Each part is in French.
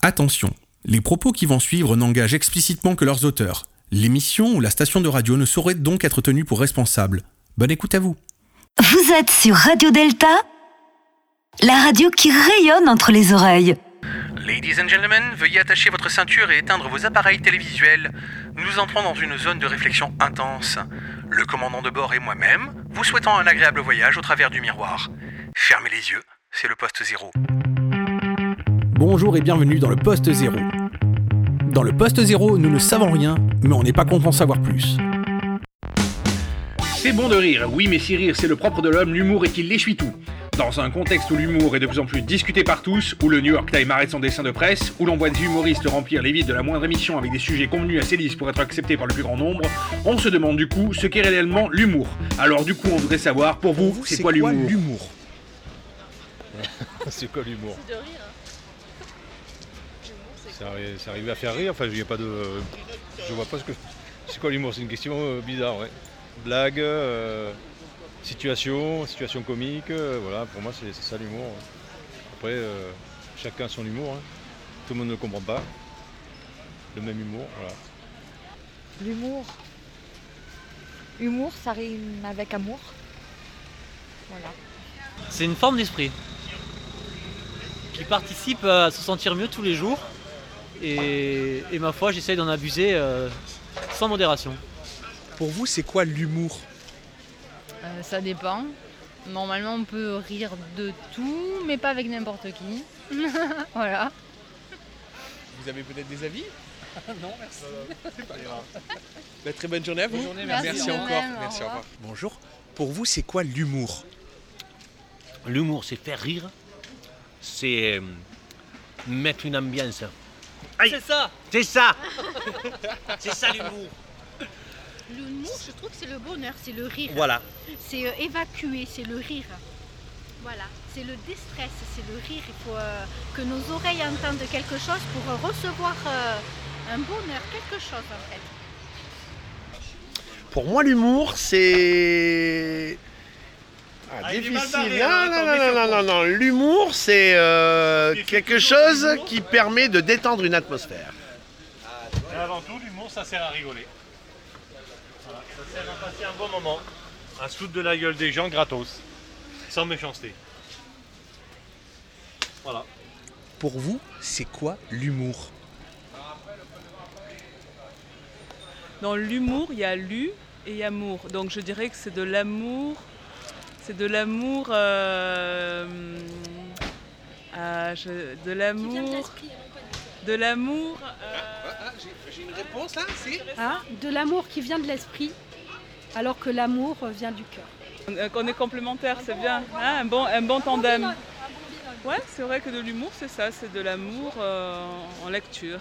Attention, les propos qui vont suivre n'engagent explicitement que leurs auteurs. L'émission ou la station de radio ne saurait donc être tenue pour responsable. Bonne écoute à vous. Vous êtes sur Radio Delta, la radio qui rayonne entre les oreilles. Ladies and gentlemen, veuillez attacher votre ceinture et éteindre vos appareils télévisuels. Nous entrons dans une zone de réflexion intense. Le commandant de bord et moi-même, vous souhaitons un agréable voyage au travers du miroir. Fermez les yeux, c'est le poste 0. Bonjour et bienvenue dans le poste 0. Dans le poste 0, nous ne savons rien, mais on n'est pas content de savoir plus. C'est bon de rire, oui, mais si rire c'est le propre de l'homme, l'humour est qu'il l'essuie tout. Dans un contexte où l'humour est de plus en plus discuté par tous, où le New York Times arrête son dessin de presse, où l'on voit des humoristes remplir les vides de la moindre émission avec des sujets convenus assez lisses pour être acceptés par le plus grand nombre, on se demande du coup ce qu'est réellement l'humour. Alors du coup on voudrait savoir, pour vous, c'est quoi l'humour? C'est quoi l'humour? C'est de rire. C'est arrivé à faire rire, enfin il y a pas de... Je vois pas ce que... C'est quoi l'humour? C'est une question bizarre, ouais. Blague, situation comique, voilà, pour moi c'est ça l'humour. Après, chacun son humour, hein. Tout le monde ne le comprend pas. Le même humour, voilà. Humour, ça rime avec amour. Voilà. C'est une forme d'esprit qui participe à se sentir mieux tous les jours et ma foi j'essaye d'en abuser sans modération. Pour vous, c'est quoi l'humour? Ça dépend. Normalement, on peut rire de tout, mais pas avec n'importe qui. Voilà. Vous avez peut-être des avis? Non, merci. C'est pas grave. Très bonne journée à vous. Bonne journée, Merci encore. Même, Merci, au au revoir. Bonjour. Pour vous, c'est quoi l'humour? L'humour, c'est faire rire, c'est mettre une ambiance. C'est ça. C'est ça. C'est ça l'humour. L'humour, je trouve que c'est le bonheur, c'est le rire. Voilà. C'est évacuer, c'est le rire. Voilà, c'est le déstress, c'est le rire. Il faut que nos oreilles entendent quelque chose pour recevoir un bonheur, quelque chose en fait. Pour moi, l'humour, c'est... difficile. Non. L'humour, c'est quelque chose qui permet de détendre une atmosphère. Et avant tout, l'humour, ça sert à rigoler. Voilà, ça sert à passer un bon moment, à se foutre de la gueule des gens gratos, sans méchanceté. Voilà. Pour vous, c'est quoi l'humour? Dans l'humour, il y a lu et il y a amour. Donc je dirais que c'est de l'amour. C'est de l'amour. De l'amour. De l'amour. J'ai une réponse là, c'est De l'amour qui vient de l'esprit, alors que l'amour vient du cœur. On est complémentaires, c'est bien. Hein, un bon tandem. Ouais, c'est vrai que de l'humour, c'est ça. C'est de l'amour en lecture.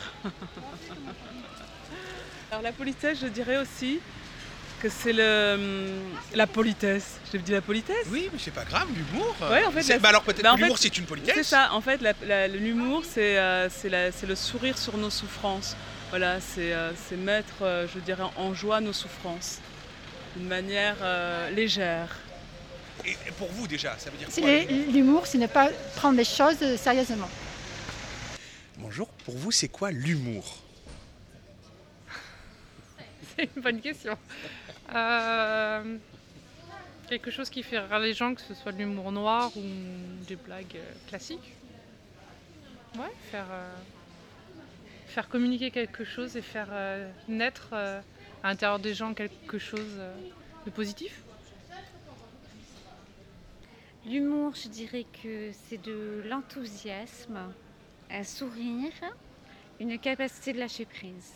Alors la politesse, je dirais aussi que c'est la politesse. J'ai dit la politesse? Oui, mais c'est pas grave, l'humour. Ouais, en fait, alors peut-être que l'humour, c'est une politesse. C'est ça, en fait, l'humour, c'est le sourire sur nos souffrances. Voilà, c'est mettre, je dirais, en joie nos souffrances, d'une manière légère. Et pour vous déjà, ça veut dire C'est quoi l'humour, c'est ne pas prendre les choses sérieusement. Bonjour, pour vous, c'est quoi l'humour? C'est une bonne question. Quelque chose qui fait rire les gens, que ce soit de l'humour noir ou des blagues classiques. Ouais, faire communiquer quelque chose et faire naître à l'intérieur des gens quelque chose de positif. L'humour, je dirais que c'est de l'enthousiasme, un sourire, une capacité de lâcher prise.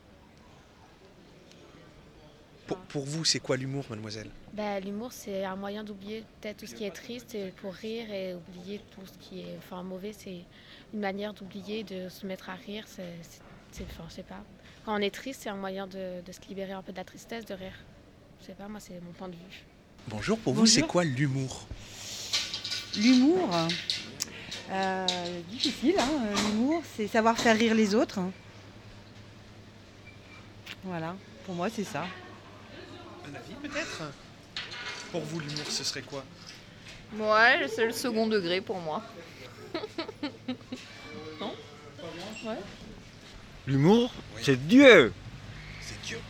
Pour vous, c'est quoi l'humour, mademoiselle? L'humour, c'est un moyen d'oublier peut-être tout ce qui est triste et pour rire et oublier tout ce qui est mauvais. C'est une manière d'oublier, de se mettre à rire. Je sais pas. Quand on est triste, c'est un moyen de se libérer un peu de la tristesse, de rire. Je sais pas, moi, c'est mon point de vue. Bonjour, pour vous, c'est quoi l'humour? L'humour, difficile, hein. L'humour, c'est savoir faire rire les autres. Voilà, pour moi, c'est ça. Un avis peut-être? Pour vous, l'humour, ce serait quoi? Ouais, c'est le second degré pour moi. Non? Ouais. L'humour, c'est Dieu. C'est Dieu.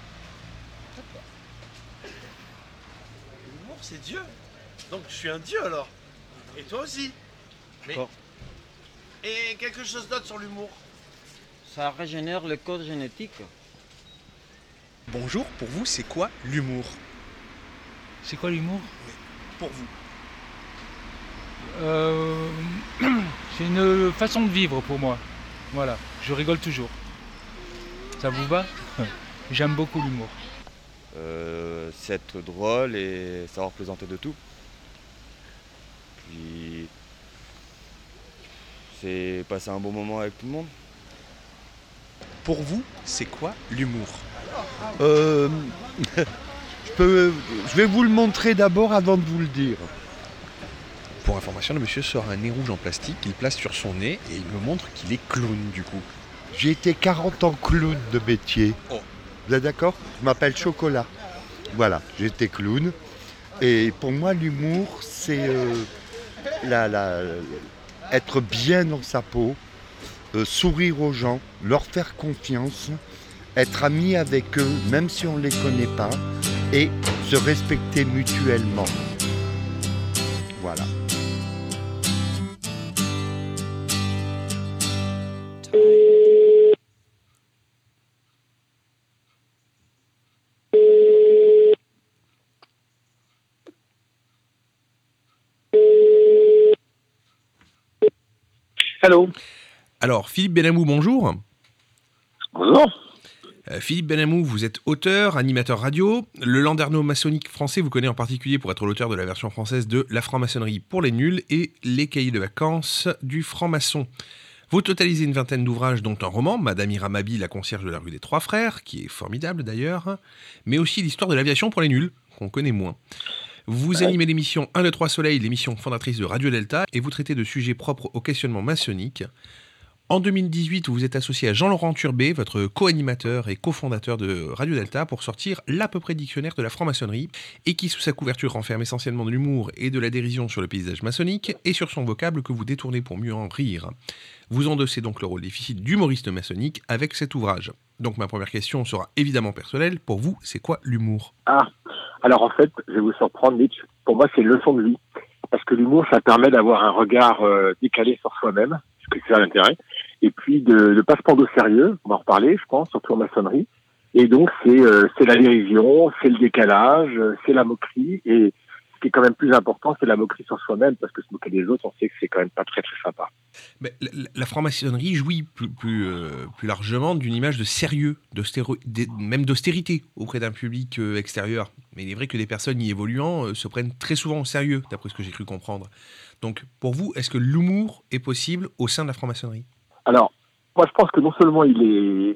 L'humour, c'est Dieu. Donc je suis un Dieu alors. Et toi aussi. Mais... Bon. Et quelque chose d'autre sur l'humour. Ça régénère le code génétique. Bonjour, pour vous, c'est quoi l'humour? C'est quoi l'humour? Pour vous. C'est une façon de vivre pour moi. Voilà, je rigole toujours. Ça vous va? J'aime beaucoup l'humour. C'est être drôle et savoir plaisanter de tout. Puis c'est passer un bon moment avec tout le monde. Pour vous, c'est quoi l'humour? Je vais vous le montrer d'abord avant de vous le dire. Pour information, le monsieur sort un nez rouge en plastique qu'il place sur son nez et il me montre qu'il est clown du coup. J'ai été 40 ans clown de métier. Oh. Vous êtes d'accord? Je m'appelle Chocolat. Voilà, j'étais clown. Et pour moi, l'humour, c'est être bien dans sa peau, sourire aux gens, leur faire confiance, être ami avec eux, même si on ne les connaît pas, et se respecter mutuellement. Voilà. Allô. Alors, Philippe Benamou, bonjour. Bonjour. Philippe Benamou, vous êtes auteur, animateur radio. Le Landerneau maçonnique français vous connaît en particulier pour être l'auteur de la version française de La franc-maçonnerie pour les nuls et Les cahiers de vacances du franc-maçon. Vous totalisez une vingtaine d'ouvrages, dont un roman, Madame Iramabi, la concierge de la rue des Trois Frères, qui est formidable d'ailleurs, mais aussi l'histoire de l'aviation pour les nuls, qu'on connaît moins. Vous animez l'émission 1, 2, 3 Soleil, l'émission fondatrice de Radio Delta, et vous traitez de sujets propres au questionnement maçonnique. En 2018, vous vous êtes associé à Jean-Laurent Turbet, votre co-animateur et cofondateur de Radio Delta, pour sortir l'à peu près dictionnaire de la franc-maçonnerie, et qui, sous sa couverture, renferme essentiellement de l'humour et de la dérision sur le paysage maçonnique, et sur son vocable que vous détournez pour mieux en rire. Vous endossez donc le rôle difficile d'humoriste maçonnique avec cet ouvrage. Donc ma première question sera évidemment personnelle. Pour vous, c'est quoi l'humour? Ah, alors en fait, je vais vous surprendre, Mitch. Pour moi, c'est une leçon de vie. Parce que l'humour, ça permet d'avoir un regard décalé sur soi-même, parce que c'est ça l'intérêt. Et puis de ne pas se prendre au sérieux, on va en reparler, je pense, surtout en maçonnerie. Et donc, c'est la dérision, c'est le décalage, c'est la moquerie. Et ce qui est quand même plus important, c'est la moquerie sur soi-même, parce que se moquer des autres, on sait que c'est quand même pas très très sympa. Mais la franc-maçonnerie jouit plus largement d'une image de sérieux, même d'austérité auprès d'un public extérieur. Mais il est vrai que des personnes y évoluant se prennent très souvent au sérieux, d'après ce que j'ai cru comprendre. Donc, pour vous, est-ce que l'humour est possible au sein de la franc-maçonnerie? Alors, moi je pense que non seulement il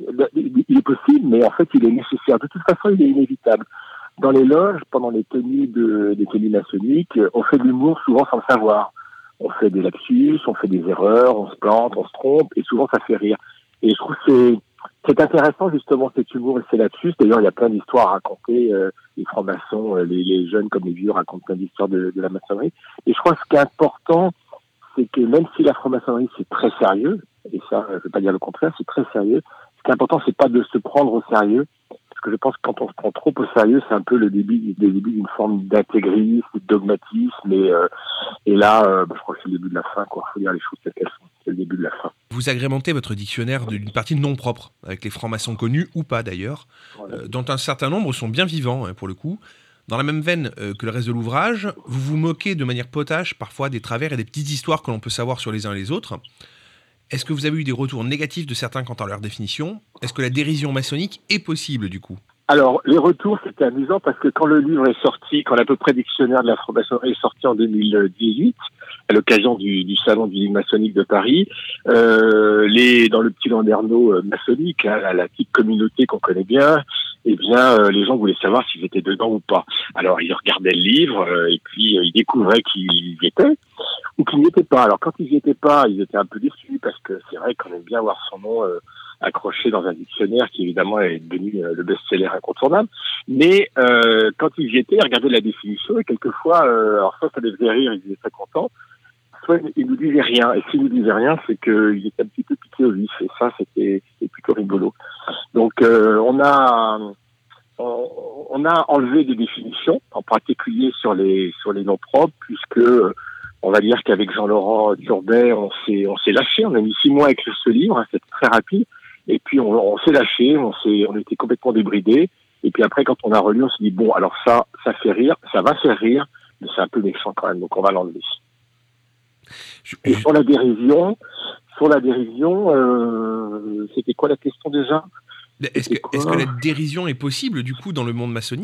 est possible, mais en fait il est nécessaire. De toute façon, il est inévitable. Dans les loges, pendant les tenues maçonniques, on fait de l'humour souvent sans le savoir. On fait des lapsus, on fait des erreurs, on se plante, on se trompe, et souvent ça fait rire. Et je trouve que c'est intéressant justement cet humour et ces lapsus. D'ailleurs, il y a plein d'histoires à raconter. Les francs-maçons, les jeunes comme les vieux racontent plein d'histoires de la maçonnerie. Et je crois que ce qui est important, c'est que même si la franc-maçonnerie c'est très sérieux, et ça, je ne veux pas dire le contraire, c'est très sérieux, ce qui est important, c'est pas de se prendre au sérieux. Parce que je pense que quand on se prend trop au sérieux, c'est un peu le début d'une forme d'intégrisme, de dogmatisme. Et là, je crois que c'est le début de la fin, quoi. Faut dire les choses telles qu'elles sont. C'est le début de la fin. Vous agrémentez votre dictionnaire d'une partie de noms propres, avec les francs-maçons connus ou pas d'ailleurs, dont un certain nombre sont bien vivants, pour le coup. Dans la même veine que le reste de l'ouvrage, vous vous moquez de manière potache parfois des travers et des petites histoires que l'on peut savoir sur les uns et les autres. Est-ce que vous avez eu des retours négatifs de certains quant à leur définition? Est-ce que la dérision maçonnique est possible du coup? Alors, les retours, c'était amusant parce que quand le livre est sorti, quand l'à peu près dictionnaire de la franc-maçonnerie est sorti en 2018, à l'occasion du salon du livre maçonnique de Paris, dans le petit Landerneau maçonnique, la petite communauté qu'on connaît bien, eh bien, les gens voulaient savoir s'ils étaient dedans ou pas. Alors, ils regardaient le livre et puis ils découvraient qu'ils y étaient ou qu'ils n'y étaient pas. Alors, quand ils n'y étaient pas, ils étaient un peu déçus parce que c'est vrai qu'on aime bien voir son nom accroché dans un dictionnaire qui évidemment est devenu le best-seller incontournable. Mais quand ils y étaient, ils regardaient la définition et quelquefois, alors ça les faisait rire, ils étaient très contents. soit il nous disait rien. Et s'il nous disait rien, c'est qu'il était un petit peu piqué au vif. Et ça, c'était plutôt rigolo. Donc, on a enlevé des définitions, en particulier sur les noms propres, puisque on va dire qu'avec Jean-Laurent Turbet, on s'est lâché. On a mis 6 mois à écrire ce livre, c'était très rapide. Et puis on s'est lâché, on était complètement débridés. Et puis après, quand on a relu, on s'est dit bon, alors ça fait rire, ça va faire rire, mais c'est un peu méchant quand même, donc on va l'enlever. Et sur la dérision, c'était quoi la question déjà ? Est-ce que la dérision est possible du coup dans le monde maçonnique ?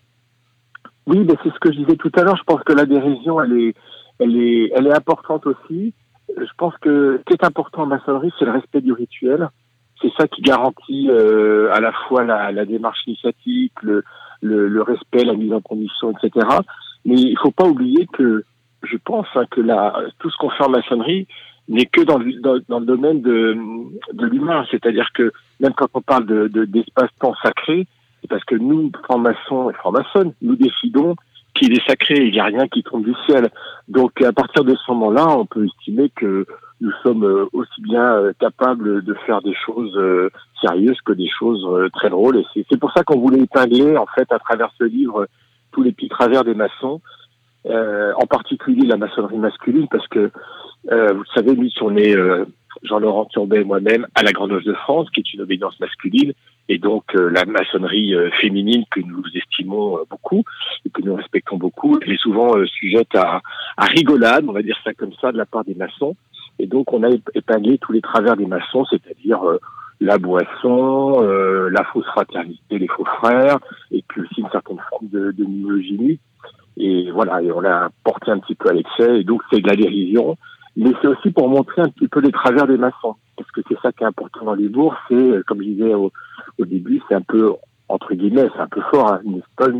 Oui, mais c'est ce que je disais tout à l'heure. Je pense que la dérision, elle est importante aussi. Je pense que ce qui est important en maçonnerie, c'est le respect du rituel. C'est ça qui garantit à la fois la démarche initiatique, le respect, la mise en condition, etc. Mais il faut pas oublier que je pense que tout ce qu'on fait en maçonnerie n'est que dans le domaine de l'humain. C'est-à-dire que même quand on parle d'espace-temps sacré, c'est parce que nous, francs-maçons et francs-maçonnes, nous décidons qu'il est sacré, il n'y a rien qui tombe du ciel. Donc à partir de ce moment-là, on peut estimer que nous sommes aussi bien capables de faire des choses sérieuses que des choses très drôles. Et c'est pour ça qu'on voulait épingler, en fait, à travers ce livre, tous les petits travers des maçons, en particulier la maçonnerie masculine, parce que, vous savez, nous, on est Jean-Laurent Turbet et moi-même à la Grande Loge de France, qui est une obédience masculine, et donc la maçonnerie féminine que nous estimons beaucoup et que nous respectons beaucoup, elle est souvent sujette à rigolade, on va dire ça comme ça, de la part des maçons. Et donc on a épinglé tous les travers des maçons, c'est-à-dire la boisson, la fausse fraternité, les faux frères, et puis aussi une certaine forme de misogynie. Et voilà, et on l'a porté un petit peu à l'excès, et donc c'est de la dérision. Mais c'est aussi pour montrer un petit peu les travers des maçons. Parce que c'est ça qui est important dans l'humour, c'est, comme je disais au début, c'est un peu, entre guillemets, c'est un peu fort, hein,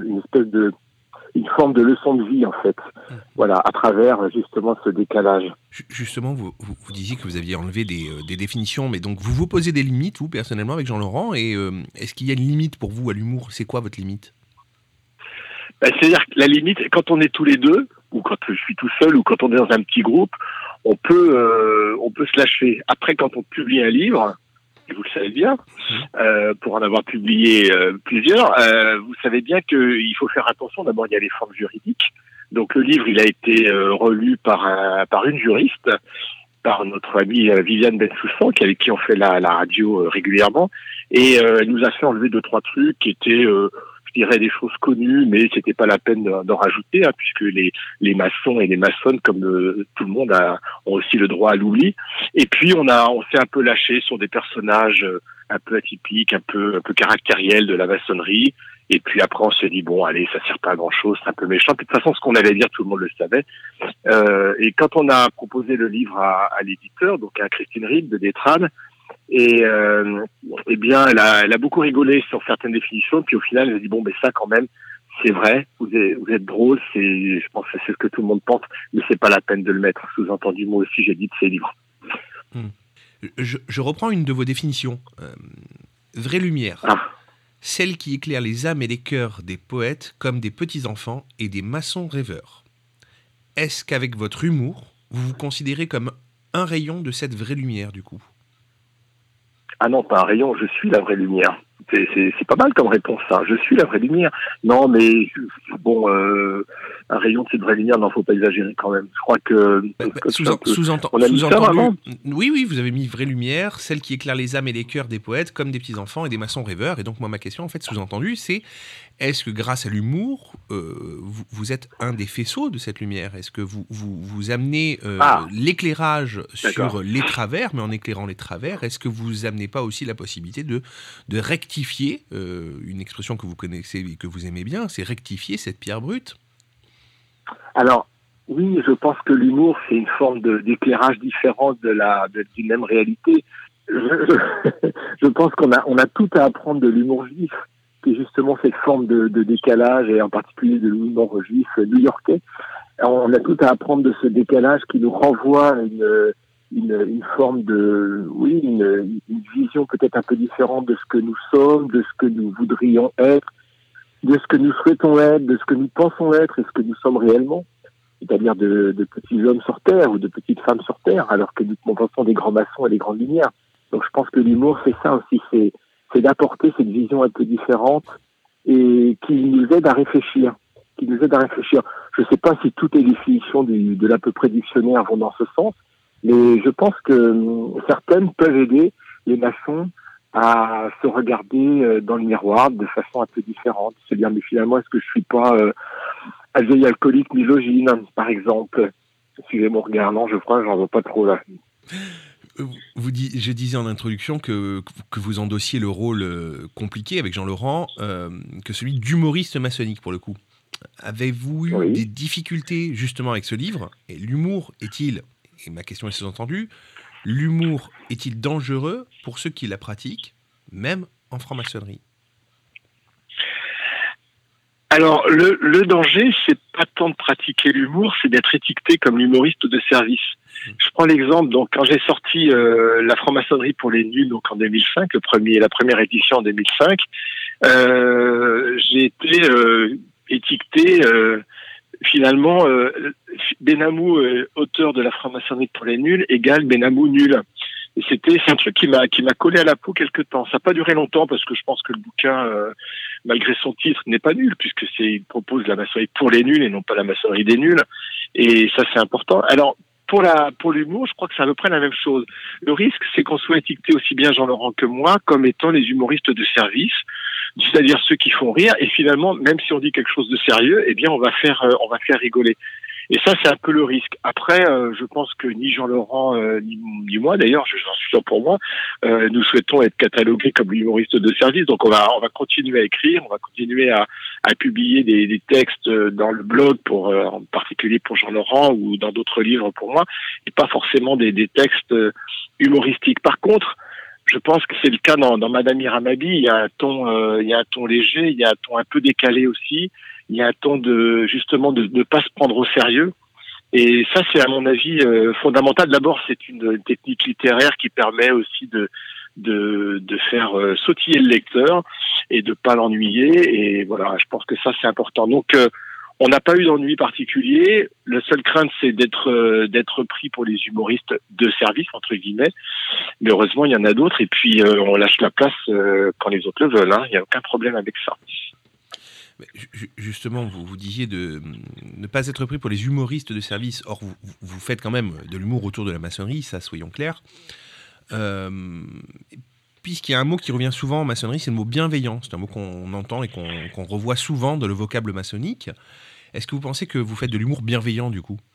une forme de leçon de vie, en fait. Voilà, à travers, justement, ce décalage. Justement, vous disiez que vous aviez enlevé des définitions, mais donc vous posez des limites, vous, personnellement, avec Jean-Laurent, et est-ce qu'il y a une limite pour vous à l'humour ? C'est quoi votre limite ? C'est-à-dire que la limite, quand on est tous les deux, ou quand je suis tout seul, ou quand on est dans un petit groupe, on peut se lâcher. Après, quand on publie un livre, et vous le savez bien, pour en avoir publié plusieurs, vous savez bien qu'il faut faire attention. D'abord, il y a les formes juridiques. Donc, le livre, il a été relu par une juriste, par notre amie Viviane Bensoussan, avec qui on fait la radio régulièrement, et elle nous a fait enlever 2-3 trucs qui étaient je dirais des choses connues, mais c'était pas la peine d'en rajouter, hein, puisque les maçons et les maçonnes, comme tout le monde, ont aussi le droit à l'oubli. Et puis on s'est un peu lâché sur des personnages un peu atypiques, un peu caractériels de la maçonnerie. Et puis après on s'est dit bon, allez, ça sert pas à grand chose, c'est un peu méchant. Puis de toute façon, ce qu'on allait dire, tout le monde le savait. Et quand on a proposé le livre à l'éditeur, donc à Christine Ried de Détrane, et eh bien elle a beaucoup rigolé sur certaines définitions, puis au final elle a dit bon, mais ça quand même c'est vrai, vous êtes drôle, je pense que c'est ce que tout le monde pense, mais c'est pas la peine de le mettre. Sous-entendu, moi aussi j'ai dit de ces livres. Je reprends une de vos définitions. Vraie lumière, celle qui éclaire les âmes et les cœurs des poètes comme des petits-enfants et des maçons rêveurs. Est-ce qu'avec votre humour, vous vous considérez comme un rayon de cette vraie lumière du coup ? Ah non, pas un rayon, je suis la vraie lumière. C'est pas mal comme réponse, ça. Je suis la vraie lumière. Non, mais bon, un rayon de cette vraie lumière, non, faut pas exagérer quand même. Je crois que... Sous-entendu, oui, vous avez mis vraie lumière, celle qui éclaire les âmes et les cœurs des poètes comme des petits-enfants et des maçons rêveurs. Et donc moi, ma question, en fait, sous-entendu, c'est est-ce que grâce à l'humour, vous êtes un des faisceaux de cette lumière ? Est-ce que vous amenez l'éclairage sur les travers, mais en éclairant les travers, est-ce que vous amenez pas aussi la possibilité de rectifier, une expression que vous connaissez et que vous aimez bien, c'est rectifier cette pierre brute ? Alors, oui, je pense que l'humour, c'est une forme d'éclairage différente d'une même réalité. Je pense qu'on a tout à apprendre de l'humour juif, qui est justement cette forme de décalage, et en particulier de l'humour juif new-yorkais. On a tout à apprendre de ce décalage qui nous renvoie à une forme une vision peut-être un peu différente de ce que nous sommes, de ce que nous voudrions être, de ce que nous souhaitons être, de ce que nous pensons être et ce que nous sommes réellement. c'est-à-dire de petits hommes sur Terre ou de petites femmes sur Terre, alors que nous montrons des grands maçons et des grandes lumières. Donc je pense que l'humour, c'est ça aussi, c'est d'apporter cette vision un peu différente et qui nous aide à réfléchir. Je ne sais pas si toutes les définitions de l'à peu près dictionnaire vont dans ce sens, mais je pense que certaines peuvent aider les maçons à se regarder dans le miroir de façon un peu différente. Se dire, mais finalement, est-ce que je suis pas un vieil alcoolique misogyne, par exemple? Suivez mon regard, non, je crois, j'en vois pas trop là. Je disais en introduction que vous endossiez le rôle compliqué avec Jean-Laurent, que celui d'humoriste maçonnique pour le coup. Avez-vous eu des difficultés justement avec ce livre? Et l'humour est-il, et ma question est sous-entendue, l'humour est-il dangereux pour ceux qui la pratiquent, même en franc-maçonnerie? Alors, le danger, c'est pas tant de pratiquer l'humour, c'est d'être étiqueté comme l'humoriste de service. Je prends l'exemple, donc, quand j'ai sorti la franc-maçonnerie pour les nuls, donc en 2005, la première édition en 2005, j'ai été étiqueté, finalement, Benamou, auteur de la franc-maçonnerie pour les nuls, égale Benamou nul. Et c'est un truc qui m'a collé à la peau quelque temps. Ça n'a pas duré longtemps parce que je pense que le bouquin, malgré son titre, n'est pas nul puisque il propose la maçonnerie pour les nuls et non pas la maçonnerie des nuls. Et ça, c'est important. Alors, pour l'humour, je crois que c'est à peu près la même chose. Le risque, c'est qu'on soit étiqueté aussi bien Jean-Laurent que moi comme étant les humoristes de service, c'est-à-dire ceux qui font rire. Et finalement, même si on dit quelque chose de sérieux, eh bien, on va faire rigoler. Et ça, c'est un peu le risque. Après, je pense que ni Jean-Laurent, ni moi, d'ailleurs, j'en suis sûr pour moi, nous souhaitons être catalogués comme l'humoriste de service. Donc, on va continuer à écrire, on va continuer à publier des textes dans le blog, en particulier pour Jean-Laurent ou dans d'autres livres pour moi, et pas forcément des textes humoristiques. Par contre, je pense que c'est le cas dans Madame Iramabi. Il y a un ton léger, il y a un ton un peu décalé aussi. Il y a un ton de ne pas se prendre au sérieux. Et ça, c'est à mon avis fondamental. D'abord, c'est une technique littéraire qui permet aussi de faire sautiller le lecteur et de pas l'ennuyer. Et voilà, je pense que ça, c'est important. Donc, on n'a pas eu d'ennui particulier. La seule crainte, c'est d'être pris pour les humoristes de service, entre guillemets. Mais heureusement, il y en a d'autres. Et puis, on lâche la place quand les autres le veulent. Il n'y a aucun problème avec ça. Justement, vous disiez de ne pas être pris pour les humoristes de service. Or, vous faites quand même de l'humour autour de la maçonnerie, ça, soyons clairs. Puisqu'il y a un mot qui revient souvent en maçonnerie, c'est le mot bienveillant. C'est un mot qu'on entend et qu'on revoit souvent dans le vocable maçonnique. Est-ce que vous pensez que vous faites de l'humour bienveillant, du coup?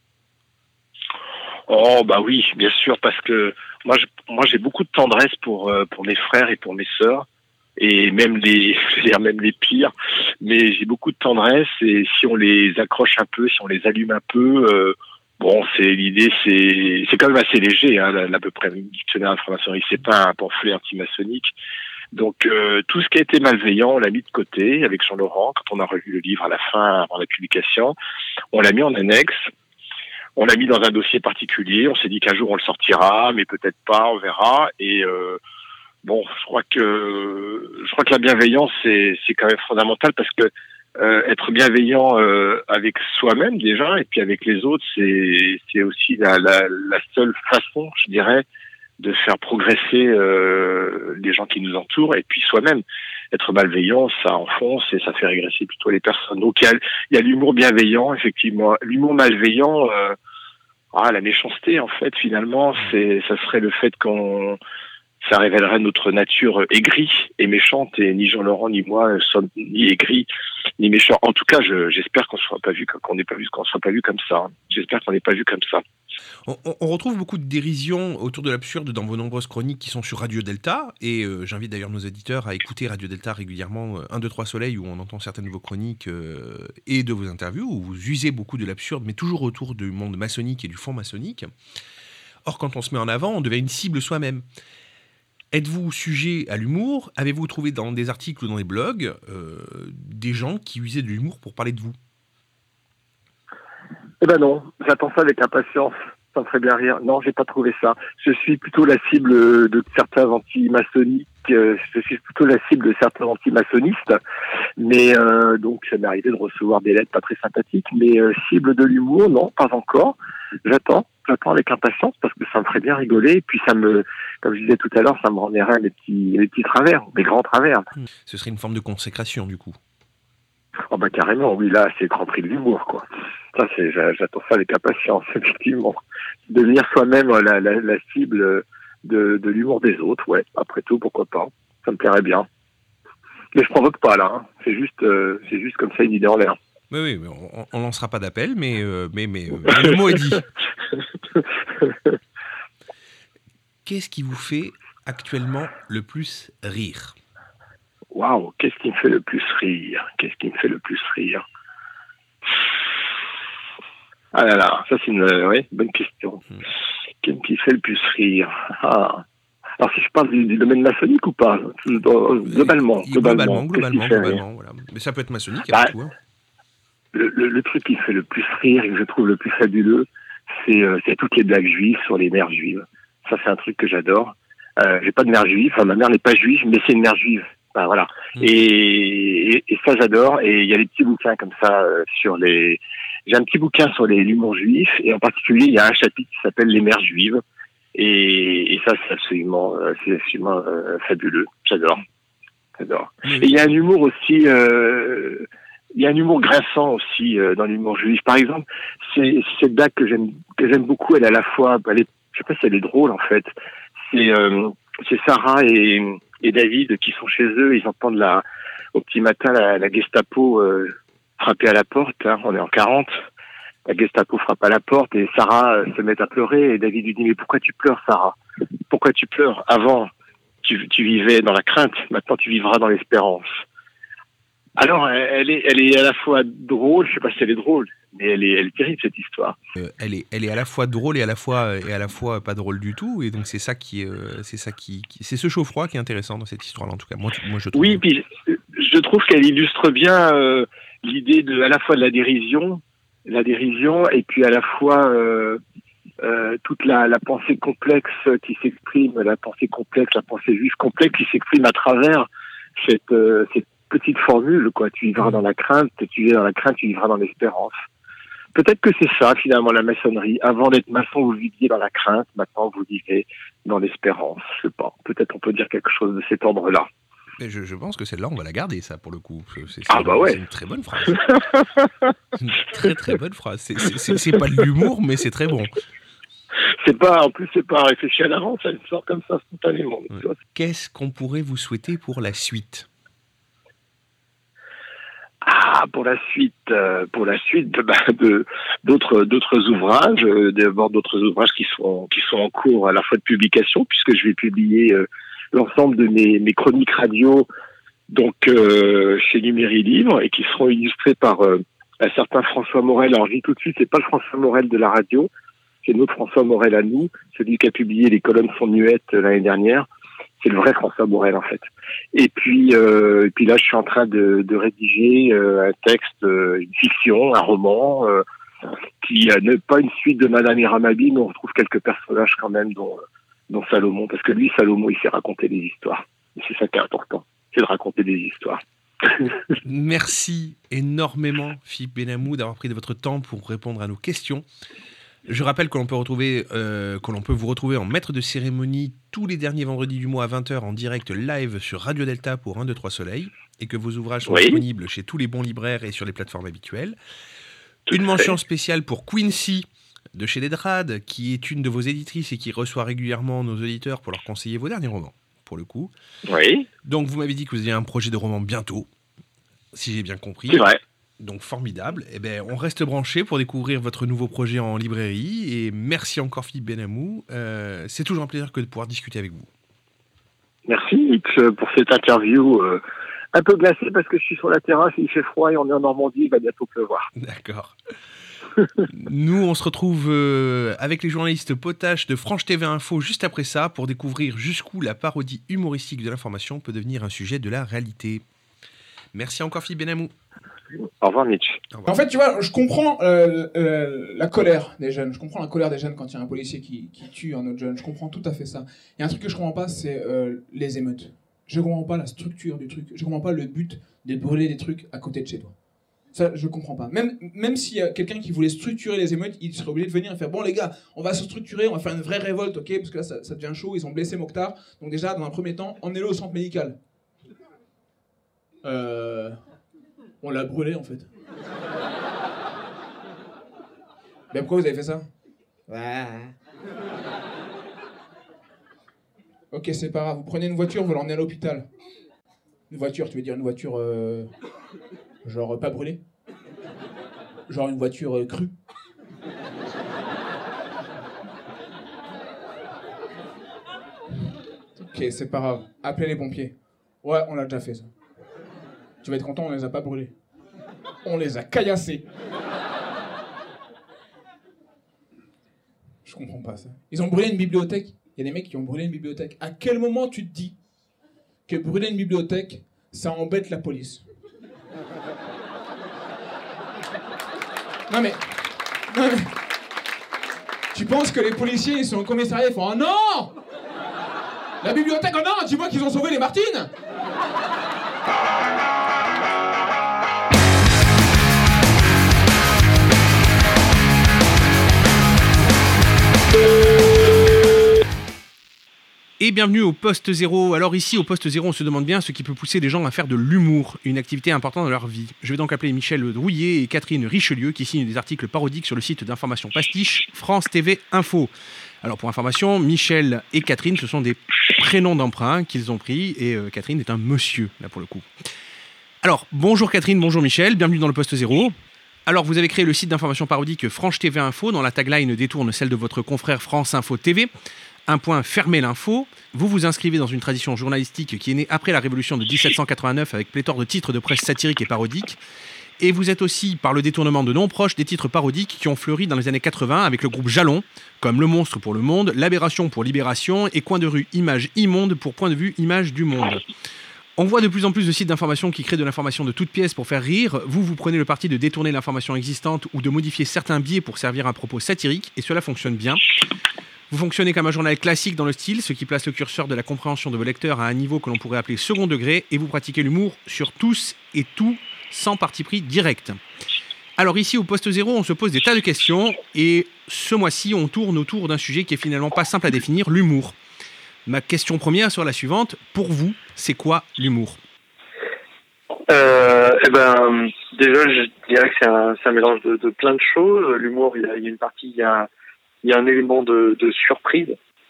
Oh, bah oui, bien sûr, parce que moi j'ai beaucoup de tendresse pour mes frères et pour mes sœurs. Et même les pires, mais j'ai beaucoup de tendresse et si on les accroche un peu, si on les allume un peu, l'idée c'est quand même assez léger, à peu près le dictionnaire de franc-maçonnerie, c'est pas un pamphlet anti-maçonnique. Donc tout ce qui a été malveillant, on l'a mis de côté avec Jean-Laurent quand on a revu le livre à la fin, avant la publication, on l'a mis en annexe. On l'a mis dans un dossier particulier, on s'est dit qu'un jour on le sortira, mais peut-être pas, on verra. Et je crois que la bienveillance c'est quand même fondamental parce que être bienveillant avec soi-même déjà et puis avec les autres c'est aussi la seule façon, je dirais, de faire progresser les gens qui nous entourent et puis soi-même. Être malveillant, ça enfonce et ça fait régresser plutôt les personnes. Donc il y a l'humour bienveillant, effectivement. L'humour malveillant, la méchanceté en fait finalement, ça serait le fait ça révélerait notre nature aigrie et méchante et ni Jean-Laurent ni moi sommes ni aigris ni méchants. En tout cas, j'espère qu'on soit pas vu comme ça. J'espère qu'on n'est pas vu comme ça. On retrouve beaucoup de dérision autour de l'absurde dans vos nombreuses chroniques qui sont sur Radio Delta et j'invite d'ailleurs nos éditeurs à écouter Radio Delta régulièrement, 1, 2, 3 Soleil où on entend certaines de vos chroniques et de vos interviews où vous usez beaucoup de l'absurde mais toujours autour du monde maçonnique et du fond maçonnique. Or, quand on se met en avant, on devient une cible soi-même. Êtes-vous sujet à l'humour? Avez-vous trouvé dans des articles ou dans des blogs des gens qui usaient de l'humour pour parler de vous? Eh ben non, j'attends ça avec impatience. Ça me ferait bien rire. Non, j'ai pas trouvé ça. Je suis plutôt la cible de certains anti-maçonniques. Je suis plutôt la cible de certains anti-maçonnistes. Mais donc, ça m'est arrivé de recevoir des lettres pas très sympathiques. Mais cible de l'humour, non, pas encore. J'attends avec impatience parce que ça me ferait bien rigoler. Et puis comme je disais tout à l'heure, ça me renverrait mes petits travers, mes grands travers. Ce serait une forme de consécration, du coup. Oh bah carrément, oui, là, c'est Grand Prix de l'humour, quoi. Ça, j'attends ça avec impatience, effectivement. Devenir soi-même la cible de l'humour des autres, ouais. Après tout, pourquoi pas. Ça me plairait bien. Mais je provoque pas, là. Hein. C'est juste comme ça une idée en l'air. Oui, mais on lancera pas d'appel, mais le mot est dit. Qu'est-ce qui vous fait actuellement le plus rire ? Waouh, qu'est-ce qui me fait le plus rire ? Ah là là, ça c'est une bonne question. Qu'est-ce qui fait le plus rire ? Alors si je parle du domaine maçonnique ou pas ? Globalement, voilà. Mais ça peut être maçonnique, après tout. Hein. Le truc qui me fait le plus rire et que je trouve le plus fabuleux, c'est toutes les blagues juives sur les mères juives. Ça c'est un truc que j'adore. J'ai pas de mère juive, enfin ma mère n'est pas juive, mais c'est une mère juive. Ben, voilà. Et ça j'adore. Et il y a des petits bouquins comme ça J'ai un petit bouquin sur l'humour juif et en particulier il y a un chapitre qui s'appelle les mères juives et ça c'est absolument fabuleux. J'adore. Et il y a un humour aussi. Il y a un humour grinçant aussi dans l'humour juif. Par exemple, c'est cette blague que j'aime beaucoup. Elle est à la fois, je sais pas si elle est drôle en fait. C'est Sarah et David qui sont chez eux. Ils entendent au petit matin la Gestapo frapper à la porte. Hein, on est en 40. La Gestapo frappe à la porte et Sarah se met à pleurer. Et David lui dit mais pourquoi tu pleures, Sarah ? Pourquoi tu pleures ? Avant, tu vivais dans la crainte. Maintenant, tu vivras dans l'espérance. Alors, elle est à la fois drôle, je sais pas si elle est drôle, mais elle est terrible cette histoire. Elle est à la fois drôle et à la fois pas drôle du tout, et donc c'est ce chaud-froid qui est intéressant dans cette histoire-là en tout cas. Moi je trouve. Oui, puis je trouve qu'elle illustre bien l'idée à la fois de la dérision, et puis à la fois toute la pensée complexe qui s'exprime, la pensée juive complexe qui s'exprime à travers cette petite formule, quoi. Tu vivras dans la crainte, tu vivras dans l'espérance. Peut-être que c'est ça, finalement, la maçonnerie. Avant d'être maçon, vous viviez dans la crainte, maintenant vous vivez dans l'espérance. Je sais pas. Peut-être on peut dire quelque chose de cet ordre-là. Mais je pense que celle-là, on va la garder, ça, pour le coup. C'est une très bonne phrase. C'est une très très bonne phrase. C'est pas de l'humour, mais c'est très bon. En plus, c'est pas réfléchi à l'avance, ça sort comme ça spontanément. Ouais. Qu'est-ce qu'on pourrait vous souhaiter pour la suite ? Pour la suite, d'autres ouvrages, d'abord d'autres ouvrages qui sont en cours à la fois de publication, puisque je vais publier l'ensemble de mes chroniques radio, donc chez Numéri Livre, et qui seront illustrées par un certain François Morel. Alors je dis tout de suite, c'est pas le François Morel de la radio, c'est notre François Morel à nous, celui qui a publié Les colonnes sont muettes l'année dernière. C'est le vrai François Morel en fait. Et puis là, je suis en train de rédiger un texte, une fiction, un roman qui n'est pas une suite de Madame et Ramabi, mais on retrouve quelques personnages quand même, dont Salomon, parce que lui, Salomon, il sait raconter des histoires. Et c'est ça qui est important, c'est de raconter des histoires. Merci énormément, Philippe Benamou, d'avoir pris de votre temps pour répondre à nos questions. Je rappelle que l'on peut vous retrouver en maître de cérémonie tous les derniers vendredis du mois à 20h en direct live sur Radio Delta pour 1, 2, 3 Soleil, et que vos ouvrages sont disponibles chez tous les bons libraires et sur les plateformes habituelles. Une mention spéciale pour Quincy de chez Dedrad, qui est une de vos éditrices et qui reçoit régulièrement nos auditeurs pour leur conseiller vos derniers romans, pour le coup. Oui. Donc vous m'avez dit que vous aviez un projet de roman bientôt, si j'ai bien compris. C'est vrai. Donc formidable. Eh ben, on reste branché pour découvrir votre nouveau projet en librairie. Et merci encore Philippe Benamou. C'est toujours un plaisir que de pouvoir discuter avec vous. Merci pour cette interview un peu glacée parce que je suis sur la terrasse, il fait froid et on est en Normandie, il va bientôt pleuvoir. D'accord. Nous, on se retrouve avec les journalistes Potache de France TV Info juste après ça pour découvrir jusqu'où la parodie humoristique de l'information peut devenir un sujet de la réalité. Merci encore Philippe Benamou. Au revoir, Mitch. En fait, tu vois, je comprends la colère des jeunes. Je comprends la colère des jeunes quand il y a un policier qui tue un autre jeune. Je comprends tout à fait ça. Il y a un truc que je comprends pas, c'est les émeutes. Je comprends pas la structure du truc. Je comprends pas le but de brûler des trucs à côté de chez toi. Ça, je comprends pas. Même s'il y a quelqu'un qui voulait structurer les émeutes, il serait obligé de venir et faire « Bon les gars, on va se structurer, on va faire une vraie révolte, ok ?» Parce que là, ça devient chaud, ils ont blessé Mokhtar. Donc déjà, dans un premier temps, emmenez-le au centre médical. On l'a brûlé, en fait. Mais pourquoi vous avez fait ça? Ouais. Ok, c'est pas grave. Vous prenez une voiture, vous l'emmenez à l'hôpital. Une voiture, tu veux dire une voiture... genre pas brûlée? Genre une voiture crue? Ok, c'est pas grave. Appelez les pompiers. Ouais, on l'a déjà fait, ça. Tu vas être content, on les a pas brûlés. On les a caillassés. Je comprends pas ça. Ils ont brûlé une bibliothèque. Il y a des mecs qui ont brûlé une bibliothèque. À quel moment tu te dis que brûler une bibliothèque, ça embête la police? Non mais... Tu penses que les policiers, ils sont au commissariat, ils font « Oh non! La bibliothèque, oh non! Tu vois qu'ils ont sauvé les Martines !» Et bienvenue au Poste Zéro. Alors ici, au Poste Zéro, on se demande bien ce qui peut pousser les gens à faire de l'humour, une activité importante dans leur vie. Je vais donc appeler Michel Drouillet et Catherine Richelieu qui signent des articles parodiques sur le site d'information Pastiche, France TV Info. Alors pour information, Michel et Catherine, ce sont des prénoms d'emprunt qu'ils ont pris et Catherine est un monsieur, là pour le coup. Alors, bonjour Catherine, bonjour Michel, bienvenue dans le Poste Zéro. Alors, vous avez créé le site d'information parodique France TV Info, dont la tagline détourne celle de votre confrère France Info TV. Un point, fermez l'info. Vous vous inscrivez dans une tradition journalistique qui est née après la Révolution de 1789 avec pléthore de titres de presse satiriques et parodiques. Et vous êtes aussi, par le détournement de noms proches, des titres parodiques qui ont fleuri dans les années 80 avec le groupe Jalon, comme Le Monstre pour Le Monde, L'Aberration pour Libération et Coin de rue Image Immonde pour Point de vue Image du Monde. On voit de plus en plus de sites d'information qui créent de l'information de toutes pièces pour faire rire. Vous prenez le parti de détourner l'information existante ou de modifier certains biais pour servir un propos satirique, et cela fonctionne bien. Vous fonctionnez comme un journal classique dans le style, ce qui place le curseur de la compréhension de vos lecteurs à un niveau que l'on pourrait appeler second degré, et vous pratiquez l'humour sur tous et tout, sans parti pris direct. Alors ici, au Poste Zéro, on se pose des tas de questions, et ce mois-ci, on tourne autour d'un sujet qui est finalement pas simple à définir, l'humour. Ma question première sera la suivante. Pour vous, c'est quoi l'humour? Déjà, je dirais que c'est un mélange de plein de choses. L'humour, il y a une partie, il y a un élément de surprise.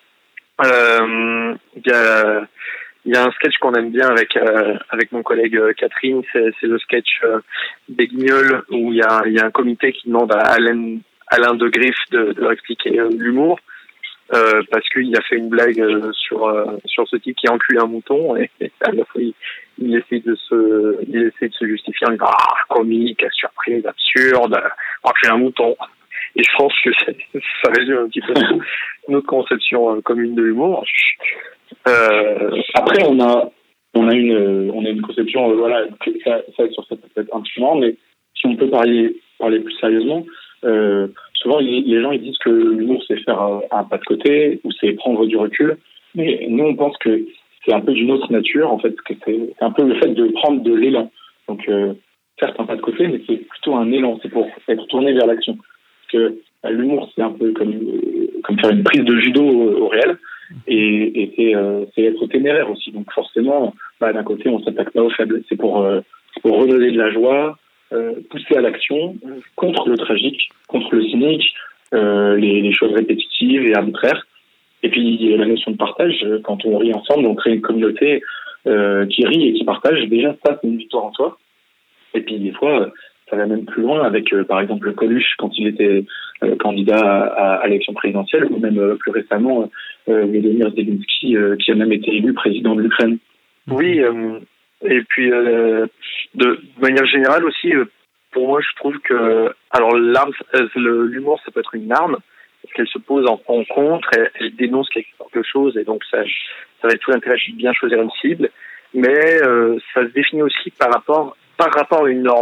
Il y a un sketch qu'on aime bien avec mon collègue Catherine, c'est le sketch des Guignols où il y a un comité qui demande à Alain de Greff de leur expliquer l'humour. Parce qu'il a fait une blague sur ce type qui a enculé un mouton et à la fois il essaie de se justifier en disant comique, surprise, absurde, enculer un mouton. Et je pense que ça résume un petit peu notre conception commune de l'humour. Après on a une conception ça sur cet instrument, mais si on peut parler plus sérieusement. Souvent, les gens ils disent que l'humour, c'est faire un pas de côté ou c'est prendre du recul. Mais nous, on pense que c'est un peu d'une autre nature, en fait, que c'est un peu le fait de prendre de l'élan. Donc, certes, un pas de côté, mais c'est plutôt un élan. C'est pour être tourné vers l'action. Parce que l'humour, c'est un peu comme faire une prise de judo au réel. Et c'est être téméraire aussi. Donc, forcément, d'un côté, on s'attaque pas aux faibles. C'est pour redonner de la joie, pousser à l'action contre le tragique, contre le cynique, les choses répétitives et arbitraires. Et puis la notion de partage, quand on rit ensemble, on crée une communauté qui rit et qui partage. Déjà, ça, c'est une victoire en soi. Et puis des fois, ça va même plus loin avec, par exemple, Coluche, quand il était candidat à l'élection présidentielle, ou même plus récemment, Vladimir Zelensky, qui a même été élu président de l'Ukraine. Oui, et puis de manière générale aussi, pour moi, je trouve que l'humour, ça peut être une arme parce qu'elle se pose en contre, elle dénonce quelque chose, et donc ça va être tout l'intérêt de bien choisir une cible, mais ça se définit aussi par rapport à une norme.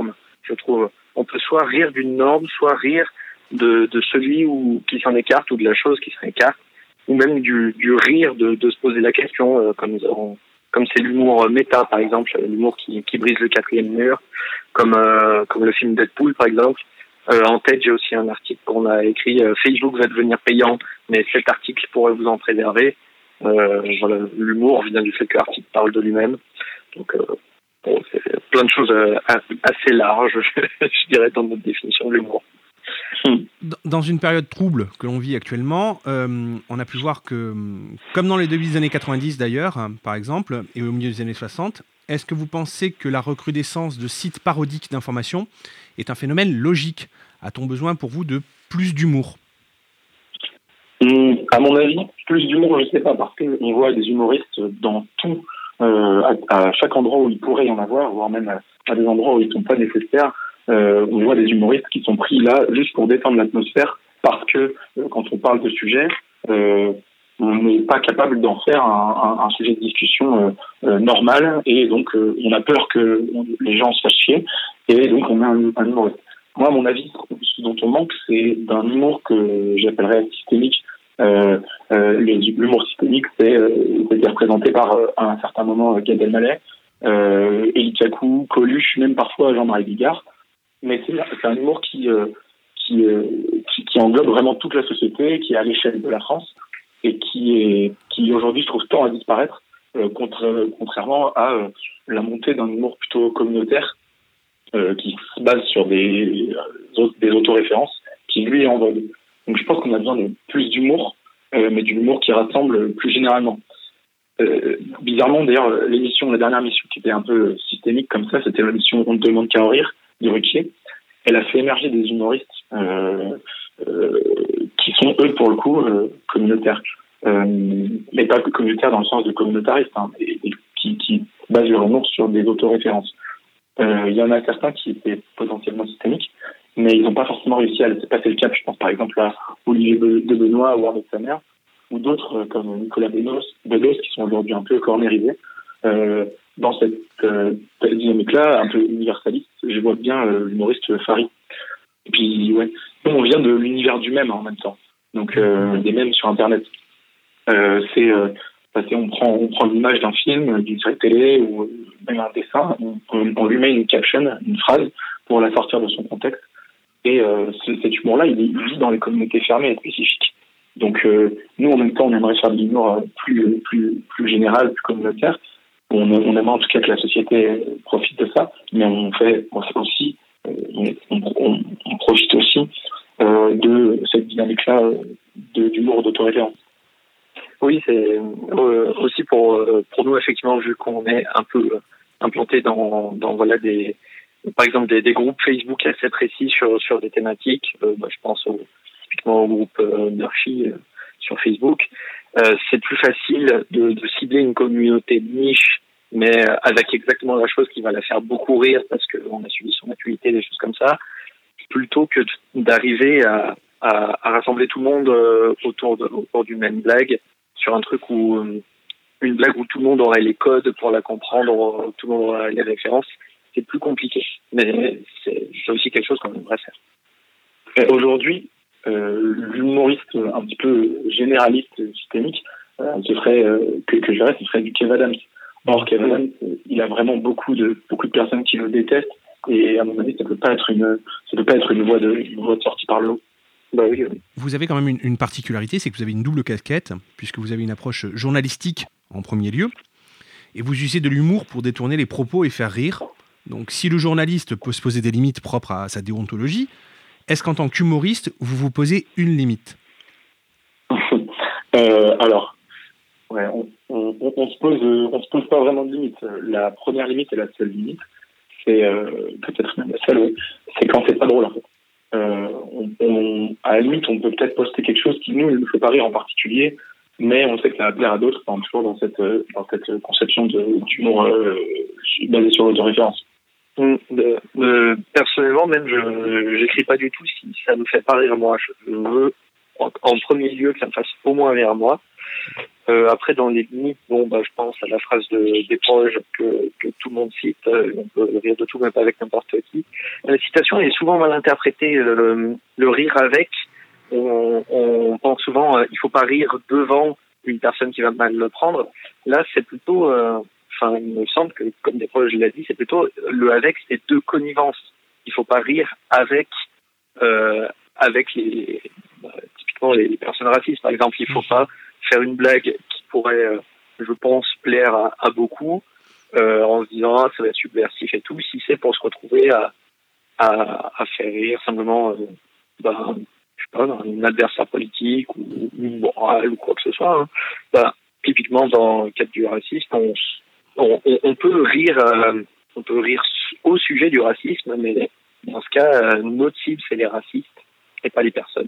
je trouve. On peut soit rire d'une norme, soit rire de celui qui s'en écarte ou de la chose qui s'en écarte, ou même du rire de se poser la question, comme c'est l'humour méta, par exemple, l'humour qui brise le quatrième mur, comme le film Deadpool, par exemple. En tête, j'ai aussi un article qu'on a écrit, Facebook va devenir payant, mais cet article pourrait vous en préserver. Voilà, l'humour vient du fait que l'article parle de lui-même. Donc, c'est plein de choses assez larges, je dirais, dans notre définition de l'humour. Dans une période trouble que l'on vit actuellement, on a pu voir que, comme dans les débuts des années 90 d'ailleurs, par exemple, et au milieu des années 60, est-ce que vous pensez que la recrudescence de sites parodiques d'information est un phénomène logique? A-t-on besoin pour vous de plus d'humour? À mon avis, plus d'humour, je ne sais pas, parce qu'on voit des humoristes dans tout, à chaque endroit où il pourrait y en avoir, voire même à des endroits où ils ne sont pas nécessaires. On voit des humoristes qui sont pris là juste pour détendre l'atmosphère, parce que quand on parle de sujet, on n'est pas capable d'en faire un sujet de discussion normal, et donc on a peur que les gens se fassent chier, et donc on met un humoriste. Moi, à mon avis, ce dont on manque, c'est d'un humour que j'appellerais systémique. L'humour systémique, c'était représenté par, à un certain moment, Gad Elmaleh, Elie Kakou, Coluche, même parfois Jean-Marie Bigard. Mais c'est un humour qui englobe vraiment toute la société, qui est à l'échelle de la France, et qui aujourd'hui, je trouve, tend à disparaître, contrairement à la montée d'un humour plutôt communautaire, qui se base sur des autoréférences, qui lui est en vogue. Donc je pense qu'on a besoin de plus d'humour, mais de l'humour qui rassemble plus généralement. Bizarrement, d'ailleurs, la dernière émission qui était un peu systémique comme ça, c'était l'émission On ne demande qu'à en rire de Ruquier. Elle a fait émerger des humoristes qui sont, eux, pour le coup, communautaires. Mais pas communautaires dans le sens de communautaristes, hein, qui basent leur humour sur des autoréférences. Il y en a certains qui étaient potentiellement systémiques, mais ils n'ont pas forcément réussi à laisser passer le cap. Je pense par exemple à Olivier de Benoît ou Arnaud de Samer, ou d'autres comme Nicolas Bedos, qui sont aujourd'hui un peu cornérisés. Dans cette dynamique-là, un peu universaliste, je vois bien l'humoriste Farid. Et puis, ouais, nous, on vient de l'univers du mème en même temps. Donc, des mèmes sur Internet. On prend l'image d'un film, d'une série télé ou même un dessin, on lui met une caption, une phrase pour la sortir de son contexte. Et cet humour-là, il vit dans les communautés fermées et spécifiques. Donc nous, en même temps, on aimerait faire de l'humour plus général, plus communautaire. On aimerait en tout cas que la société profite de ça, mais on profite aussi de cette dynamique-là d'humour d'autoréférence. Oui, c'est aussi pour nous, effectivement, vu qu'on est un peu implanté dans voilà par exemple des groupes Facebook assez précis sur des thématiques. Je pense typiquement au groupe Nurchi sur Facebook. C'est plus facile de cibler une communauté de niche, mais avec exactement la chose qui va la faire beaucoup rire parce qu'on a suivi son actualité, des choses comme ça, plutôt que d'arriver à rassembler tout le monde autour d'une même blague, sur un truc une blague où tout le monde aurait les codes pour la comprendre, tout le monde aurait les références. C'est plus compliqué, mais c'est aussi quelque chose qu'on aimerait faire. Et aujourd'hui, l'humoriste un petit peu généraliste, systémique, ce serait du Kev Adams. Or, Kev Adams, il a vraiment beaucoup de personnes qui le détestent, et à mon avis, ça peut pas être une voie de sortie par le haut. Bah oui. Vous avez quand même une particularité, c'est que vous avez une double casquette, puisque vous avez une approche journalistique en premier lieu, et vous usez de l'humour pour détourner les propos et faire rire. Donc si le journaliste peut se poser des limites propres à sa déontologie, est-ce qu'en tant qu'humoriste, vous vous posez une limite? Alors, ouais, on se pose pas vraiment de limite. La première limite et la seule limite, c'est peut-être même la seule, oui, c'est quand c'est pas drôle en fait. À la limite, on peut peut-être poster quelque chose qui nous ne fait pas rire en particulier, mais on sait que ça va plaire à d'autres, toujours dans cette conception d'humour basé sur l'autoréférence. Personnellement, même, j'écris pas du tout si ça me fait pas rire moi. Je veux en premier lieu que ça me fasse au moins rire moi. Après, dans les limites, je pense à la phrase des proches que tout le monde cite, on peut rire de tout, même pas avec n'importe qui. La citation est souvent mal interprétée, le rire avec. On pense souvent, il faut pas rire devant une personne qui va mal le prendre. Là, c'est plutôt, il me semble que, comme des proches l'a dit, c'est plutôt le avec, c'est de connivence. Il faut pas rire avec typiquement les personnes racistes, par exemple. Il faut pas faire une blague qui pourrait, je pense, plaire à beaucoup, en se disant ça va être subversif et tout, si c'est pour se retrouver à faire rire simplement je sais pas, un adversaire politique ou une morale ou quoi que ce soit. Typiquement dans le cadre du racisme, on peut rire au sujet du racisme, mais dans ce cas, notre cible c'est les racistes et pas les personnes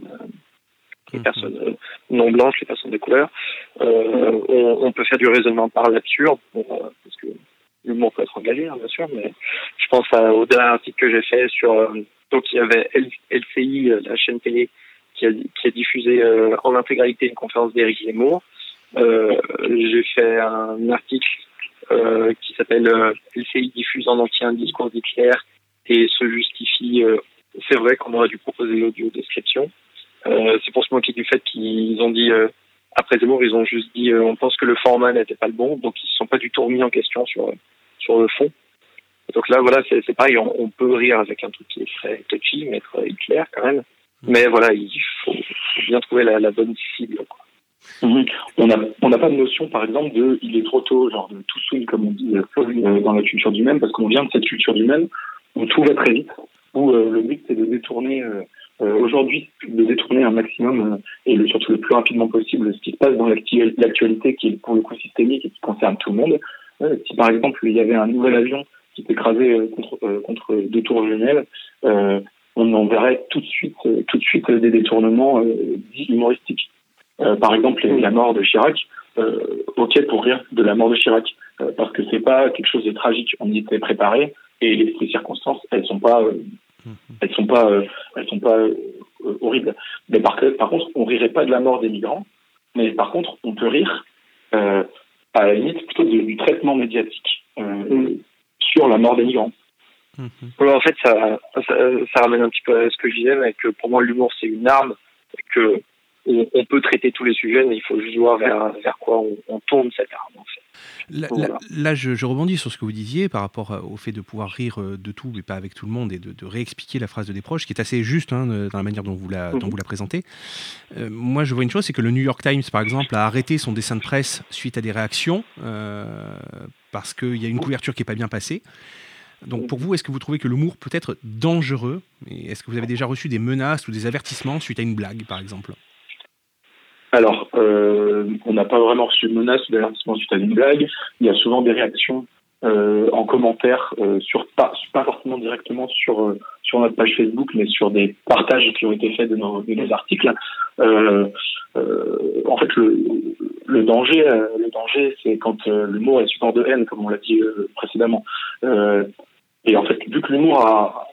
non blanches, les personnes de couleur. On peut faire du raisonnement par l'absurde, parce que l'humour peut être engagé, bien sûr, mais je pense au dernier article que j'ai fait sur... donc il y avait LCI, la chaîne télé, qui a diffusé en intégralité une conférence d'Éric Zemmour. J'ai fait un article qui s'appelle LCI diffuse en entier un discours d'Hitler et se justifie. C'est vrai qu'on aurait dû proposer l'audio description. C'est pour se moquer du fait qu'ils ont dit, après Zemmour, ils ont juste dit on pense que le format n'était pas le bon, donc ils ne se sont pas du tout remis en question sur le fond. Donc là, voilà, c'est pareil, on peut rire avec un truc qui est très touchy, mettre Hitler quand même, mais voilà, il faut bien trouver la bonne cible, quoi. On n'a pas de notion, par exemple, de il est trop tôt, genre de tout soon, comme on dit dans la culture du mème, parce qu'on vient de cette culture du mème où tout va très vite, où le but c'est de détourner aujourd'hui, de détourner un maximum et surtout le plus rapidement possible ce qui se passe dans l'actualité qui est pour le coup systémique et qui concerne tout le monde. Si par exemple il y avait un nouvel avion qui s'écrasait contre deux tours jumelles, on en verrait tout de suite des détournements dits humoristiques. Par exemple, la mort de Chirac, ok pour rire de la mort de Chirac, parce que c'est pas quelque chose de tragique, on y était préparé et les circonstances, elles sont pas horribles. Mais par contre, on rirait pas de la mort des migrants, mais par contre, on peut rire à la limite plutôt du traitement médiatique sur la mort des migrants. En fait, ça ramène un petit peu à ce que je disais, mais que pour moi, l'humour, c'est une arme, que on peut traiter tous les sujets, mais il faut juste voir vers quoi on tourne cette arme, en fait. Là, je rebondis sur ce que vous disiez par rapport au fait de pouvoir rire de tout, mais pas avec tout le monde, et de réexpliquer la phrase de Desproges, qui est assez juste dans la manière dont vous la présentez. Moi, je vois une chose, c'est que le New York Times, par exemple, a arrêté son dessin de presse suite à des réactions, parce qu'il y a une couverture qui n'est pas bien passée. Donc pour vous, est-ce que vous trouvez que l'humour peut être dangereux ? Et est-ce que vous avez déjà reçu des menaces ou des avertissements suite à une blague, par exemple ? Alors, on n'a pas vraiment reçu de menaces ou d'avertissements suite à une blague. Il y a souvent des réactions en commentaire, pas forcément directement sur notre page Facebook, mais sur des partages qui ont été faits de nos articles. En fait, le danger, c'est quand l'humour est support de haine, comme on l'a dit précédemment. Et en fait, vu que l'humour a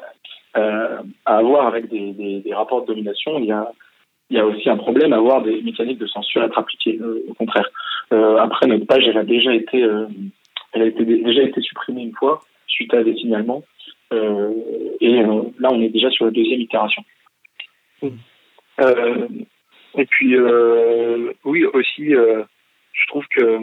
à voir avec des rapports de domination, il y a aussi un problème à avoir des mécaniques de censure à être appliquées, au contraire. Après, notre page, elle a déjà été supprimée une fois, suite à des signalements. Là, on est déjà sur la deuxième itération. Et puis, oui, aussi, je trouve que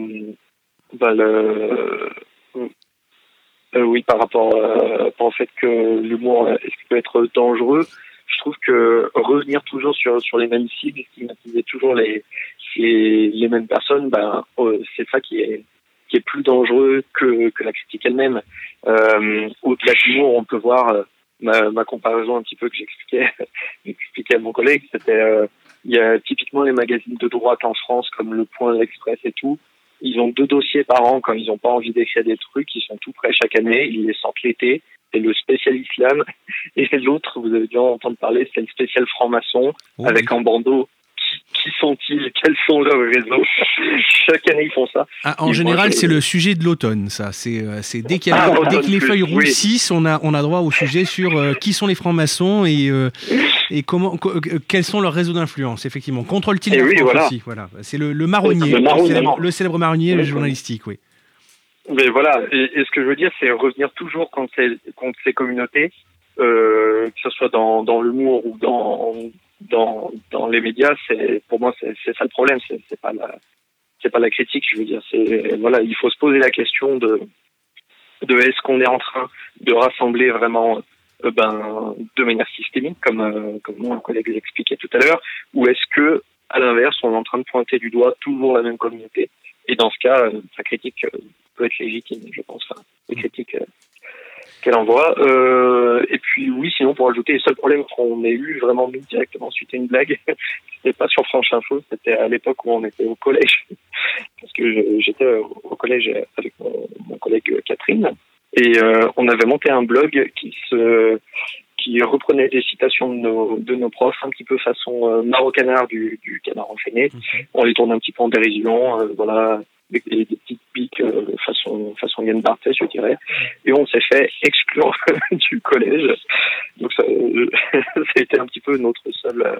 oui, par rapport au fait que l'humour, est-ce qu'il peut être dangereux, je trouve que revenir toujours sur les mêmes cibles, stigmatiser toujours les mêmes personnes, c'est ça qui est plus dangereux que la critique elle-même. Au-delà de l'humour, on peut voir ma comparaison un petit peu que j'expliquais à mon collègue, c'était il y a typiquement les magazines de droite en France comme Le Point, l'Express et tout. Ils ont 2 dossiers par an quand ils n'ont pas envie d'écrire des trucs, ils sont tout prêts chaque année, ils les sortent l'été. C'est le spécial islam, et c'est l'autre, vous avez dû en entendre parler, c'est le spécial franc-maçon, avec un bandeau qui sont-ils, quels sont leurs réseaux. Chaque année, ils font ça. Ah, en général, c'est le sujet de l'automne, ça. C'est dès que les feuilles roussissent, on a droit au sujet sur qui sont les francs-maçons et quels sont leurs réseaux d'influence, effectivement. Contrôle Tinder aussi, voilà. C'est le marronnier, le célèbre marronnier journalistique, oui. Mais voilà, et ce que je veux dire, c'est revenir toujours contre ces communautés, que ce soit dans l'humour ou dans les médias. Pour moi, c'est ça le problème. C'est pas la critique. Je veux dire, il faut se poser la question de est-ce qu'on est en train de rassembler vraiment de manière systémique, comme mon collègue l'expliquait tout à l'heure, ou est-ce que à l'inverse, on est en train de pointer du doigt toujours la même communauté. Et dans ce cas, sa critique peut être légitime, je pense. Enfin, les critiques qu'elle envoie. Et puis oui, sinon pour ajouter, le seul problème qu'on ait eu vraiment nous directement suite à une blague, c'était pas sur France Info, c'était à l'époque où on était au collège, parce que j'étais au collège avec mon collègue Catherine, et on avait monté un blog qui reprenait des citations de nos profs, un petit peu façon Maro-Canard du Canard enchaîné. On les tourne un petit peu en dérision, voilà, avec des petites piques façon Yann Barthès, je dirais. Et on s'est fait exclure du collège. Donc ça a été un petit peu notre seul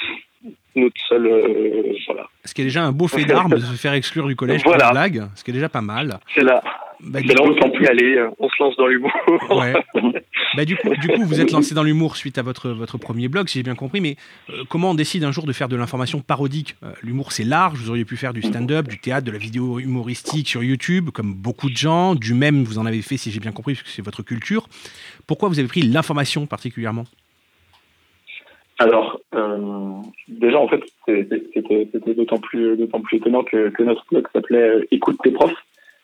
voilà. Ce qui est déjà un beau fait d'armes de se faire exclure du collège pour une blague, ce qui est déjà pas mal. C'est là. On ne sent plus aller, on se lance dans l'humour. Ouais. Du coup, vous êtes lancé dans l'humour suite à votre premier blog, si j'ai bien compris, mais comment on décide un jour de faire de l'information parodique ? L'humour, c'est large, vous auriez pu faire du stand-up, du théâtre, de la vidéo humoristique sur YouTube, comme beaucoup de gens, du même, vous en avez fait, si j'ai bien compris, parce que c'est votre culture. Pourquoi vous avez pris l'information particulièrement ? Alors, déjà, en fait, c'était d'autant plus étonnant que notre blog s'appelait « Écoute tes profs ».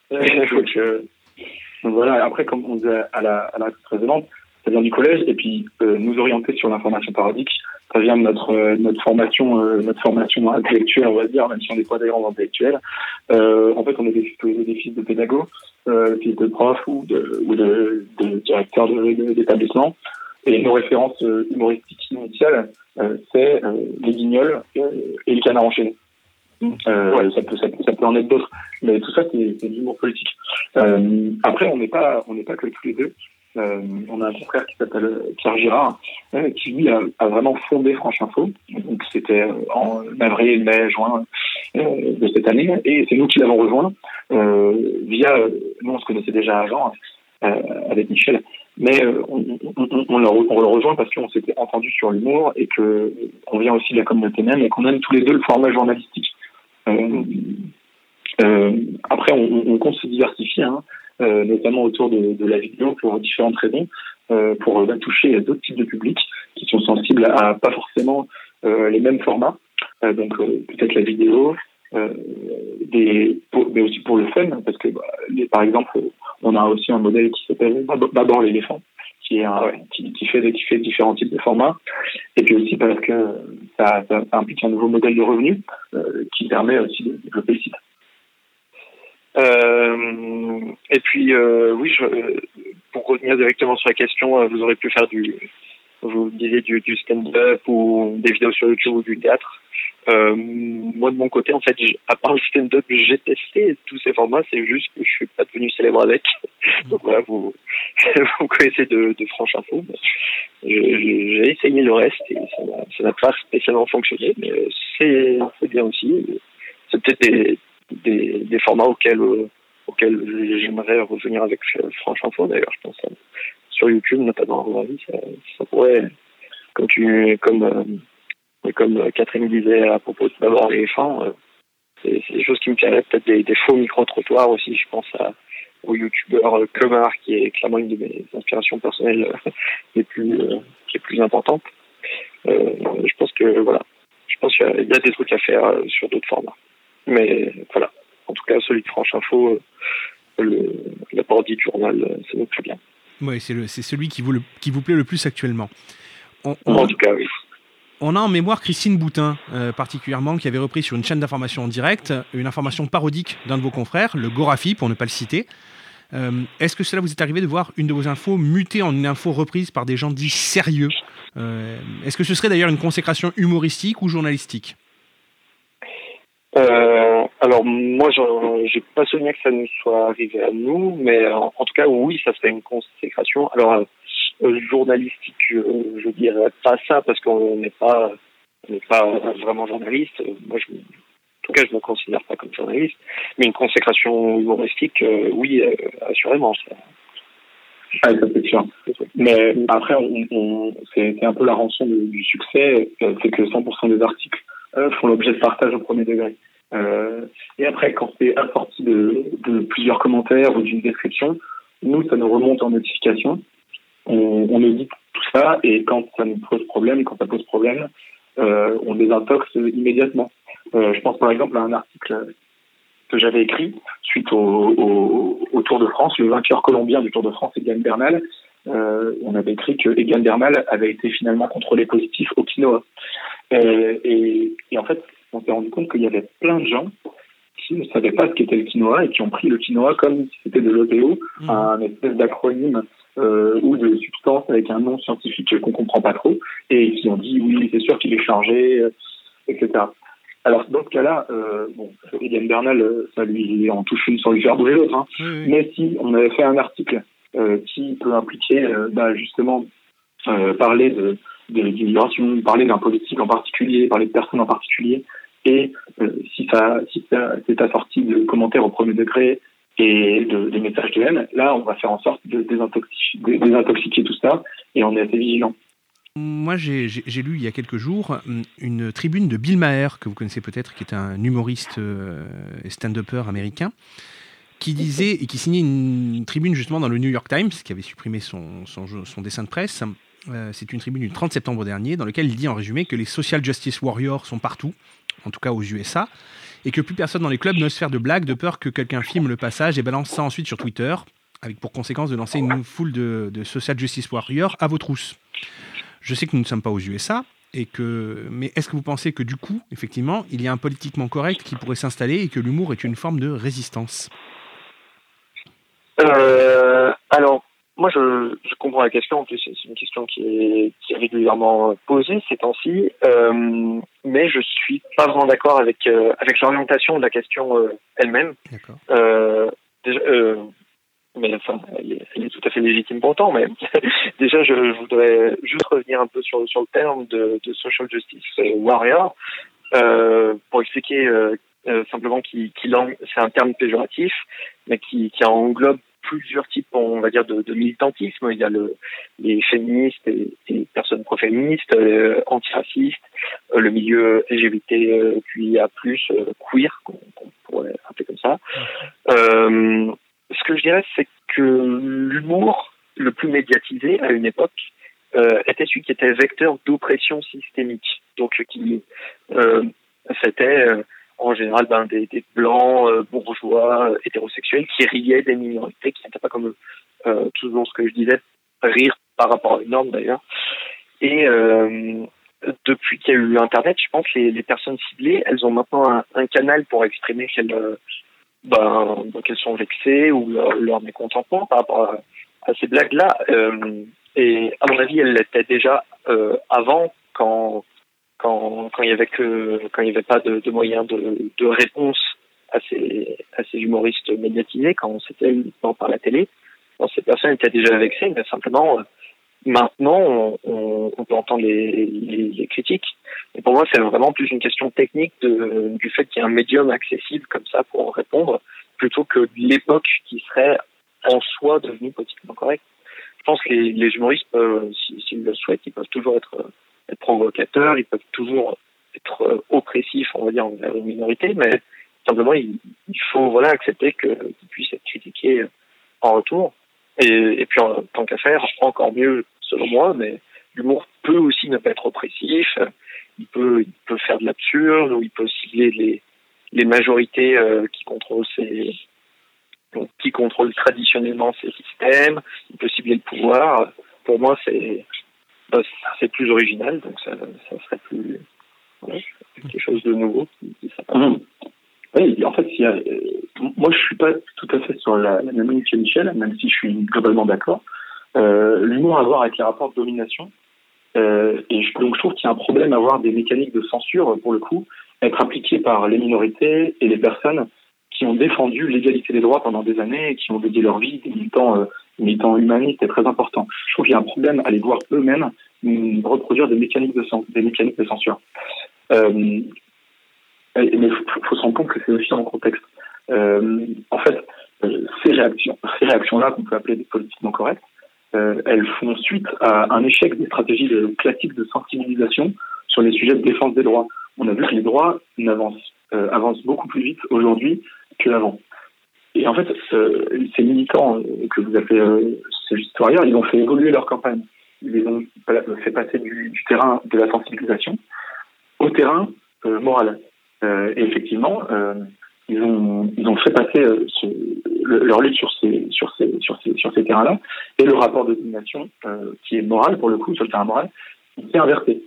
Donc voilà, après, comme on disait à la précédente, ça vient du collège, et puis nous orienter sur l'information parodique, ça vient de notre formation intellectuelle, on va dire, même si on n'est pas d'ailleurs intellectuel. En fait, on est des fils de pédagogues, fils de profs ou de directeurs d'établissement. Et nos références humoristiques initiales, c'est les Guignols et le Canard enchaîné. Ça peut en être d'autres, mais tout ça c'est de l'humour politique. Après, on n'est pas que tous les deux. On a un frère qui s'appelle Pierre Girard, qui lui a vraiment fondé France Info. Donc c'était en avril, mai, juin de cette année, et c'est nous qui l'avons rejoint via. Nous on se connaissait déjà avant avec Michel, mais on le rejoint parce qu'on s'était entendu sur l'humour et que on vient aussi de la communauté même et qu'on aime tous les deux le format journalistique. Après, on compte se diversifier, notamment autour de la vidéo pour différentes raisons, pour toucher d'autres types de publics qui sont sensibles à pas forcément les mêmes formats. Donc peut-être la vidéo, mais aussi pour le fun, parce que par exemple, on a aussi un modèle qui s'appelle Babar l'éléphant, qui fait différents types de formats, et puis aussi parce que ça implique un nouveau modèle de revenu qui permet aussi de développer le site. Et puis oui, pour revenir directement sur la question, vous aurez pu faire vous disiez du stand-up ou des vidéos sur YouTube ou du théâtre. Moi de mon côté, en fait, à part le stand-up, j'ai testé tous ces formats, c'est juste que je suis pas devenu célèbre avec. Donc voilà, vous connaissez de France Info. J'ai essayé le reste et ça n'a pas spécialement fonctionné, mais c'est bien aussi. C'est peut-être des formats auxquels j'aimerais revenir avec France Info d'ailleurs, je pense. Sur YouTube, notamment, ça pourrait, comme Catherine disait à propos de Babar l'éléphant, c'est des choses qui me plairaient, peut-être des faux micro-trottoirs aussi. Je pense au youtubeur Clemar, qui est clairement une de mes inspirations personnelles qui est plus importante. Je pense qu'il y a des trucs à faire sur d'autres formats. Mais voilà, en tout cas, celui de France Info, la parodie du journal, ça me plaît bien. Oui, c'est celui qui vous plaît le plus actuellement. En tout cas, oui. On a en mémoire Christine Boutin, particulièrement, qui avait repris sur une chaîne d'information en direct une information parodique d'un de vos confrères, le Gorafi, pour ne pas le citer. Est-ce que cela vous est arrivé de voir une de vos infos mutée en une info reprise par des gens dits sérieux ? Est-ce que ce serait d'ailleurs une consécration humoristique ou journalistique ? Alors moi, j'ai pas souvenir que ça nous soit arrivé à nous, mais en tout cas, oui, ça serait une consécration. Alors, journalistique, je dirais pas ça parce qu'on n'est pas vraiment journaliste. Moi, en tout cas, je me considère pas comme journaliste, mais une consécration humoristique, oui, assurément. Ah, ça c'est sûr. Mais après, c'est un peu la rançon du succès, c'est que 100% des articles font l'objet de partage au premier degré. Et après, quand c'est assorti de plusieurs commentaires ou d'une description, nous, ça nous remonte en notification. On édite tout ça, et quand ça nous pose problème, on désintoxe immédiatement. Je pense par exemple à un article que j'avais écrit suite au Tour de France, le vainqueur colombien du Tour de France, Egan Bernal. On avait écrit que Egan Bernal avait été finalement contrôlé positif au quinoa. Et en fait, on s'est rendu compte qu'il y avait plein de gens qui ne savaient pas ce qu'était le quinoa et qui ont pris le quinoa comme si c'était de l'OPO, un espèce d'acronyme ou de substance avec un nom scientifique qu'on comprend pas trop, et qui ont dit oui, c'est sûr qu'il est chargé, etc. Alors dans ce cas-là, Egan Bernal, ça lui en touche une sans lui faire bouger l'autre. Hein. Oui. Mais si on avait fait un article qui peut impliquer justement parler d'immigration, parler d'un politique en particulier, parler de personnes en particulier, et si c'est assorti de commentaires au premier degré et des messages de haine, là on va faire en sorte de désintoxiquer tout ça, et on est assez vigilant. Moi, j'ai lu il y a quelques jours une tribune de Bill Maher, que vous connaissez peut-être, qui est un humoriste et stand-upper américain, qui disait et qui signait une tribune justement dans le New York Times, qui avait supprimé son dessin de presse. C'est une tribune du 30 septembre dernier, dans laquelle il dit en résumé que les social justice warriors sont partout, en tout cas aux USA, et que plus personne dans les clubs n'ose faire de blagues de peur que quelqu'un filme le passage et balance ça ensuite sur Twitter, avec pour conséquence de lancer une foule de social justice warriors à vos trousses. Je sais que nous ne sommes pas aux USA, mais est-ce que vous pensez que du coup, effectivement, il y a un politiquement correct qui pourrait s'installer et que l'humour est une forme de résistance ? Alors, moi, je comprends la question. En plus, c'est une question qui est régulièrement posée ces temps-ci, mais je suis pas vraiment d'accord avec l'orientation de la question elle-même. D'accord. Mais enfin, elle est tout à fait légitime pour autant. Mais déjà, je voudrais juste revenir un peu sur le terme de social justice warrior pour expliquer simplement c'est un terme péjoratif, mais qui englobe plusieurs types, on va dire, de militantisme. Il y a les féministes et les personnes pro-féministes, antiracistes, le milieu LGBTQIA+, queer, qu'on pourrait appeler comme ça. Ce que je dirais, c'est que l'humour le plus médiatisé à une époque était celui qui était vecteur d'oppression systémique. Donc, c'était en général des blancs, bourgeois, hétérosexuels qui riaient des minorités, qui n'étaient pas comme toujours ce que je disais, rire par rapport à une norme d'ailleurs. Et depuis qu'il y a eu Internet, je pense que les personnes ciblées, elles ont maintenant un canal pour exprimer qu'elles sont vexées ou leur mécontentement par rapport à ces blagues-là. Et à mon avis, elles l'étaient déjà avant, quand il y avait pas de moyens de réponse à ces humoristes médiatisés, quand c'était uniquement par la télé. Bon, ces personnes étaient déjà vexées, mais simplement maintenant on peut entendre les critiques. Et pour moi, c'est vraiment plus une question technique du fait qu'il y a un médium accessible comme ça pour répondre, plutôt que l'époque qui serait en soi devenue politiquement correcte. Je pense que les humoristes, s'ils le souhaitent, ils peuvent toujours être provocateurs, ils peuvent toujours être oppressifs, on va dire, envers une minorité, mais simplement il faut accepter qu'ils puissent être critiqués en retour. Et puis en tant qu'à faire, encore mieux selon moi, mais l'humour peut aussi ne pas être oppressif, il peut faire de l'absurde, ou il peut cibler les majorités qui contrôlent traditionnellement ces systèmes, il peut cibler le pouvoir. Pour moi, c'est plus original, donc ça serait plus quelque chose de nouveau qui s'appelle. Oui, en fait, moi je suis pas tout à fait sur la même ligne que Michel, même si je suis globalement d'accord. L'humour a à voir avec les rapports de domination, donc je trouve qu'il y a un problème à avoir des mécaniques de censure, pour le coup, être appliquée par les minorités et les personnes qui ont défendu l'égalité des droits pendant des années et qui ont dédié leur vie, des militants humanistes, est très important. Je trouve qu'il y a un problème à les voir eux-mêmes reproduire des mécaniques de censure. Mais il faut se rendre compte que c'est aussi dans le contexte. En fait, ces réactions-là, qu'on peut appeler des politiquement correctes, elles font suite à un échec des stratégies classiques de sensibilisation sur les sujets de défense des droits. On a vu que les droits avancent beaucoup plus vite aujourd'hui qu'avant. Et en fait, ces militants que vous appelez ces citoyens, ils ont fait évoluer leur campagne. Ils ont fait passer du terrain de la sensibilisation au terrain moral. Et effectivement, ils ont fait passer leur lutte sur ces terrains-là, et le rapport de domination, qui est moral pour le coup, sur le terrain moral, il s'est inversé.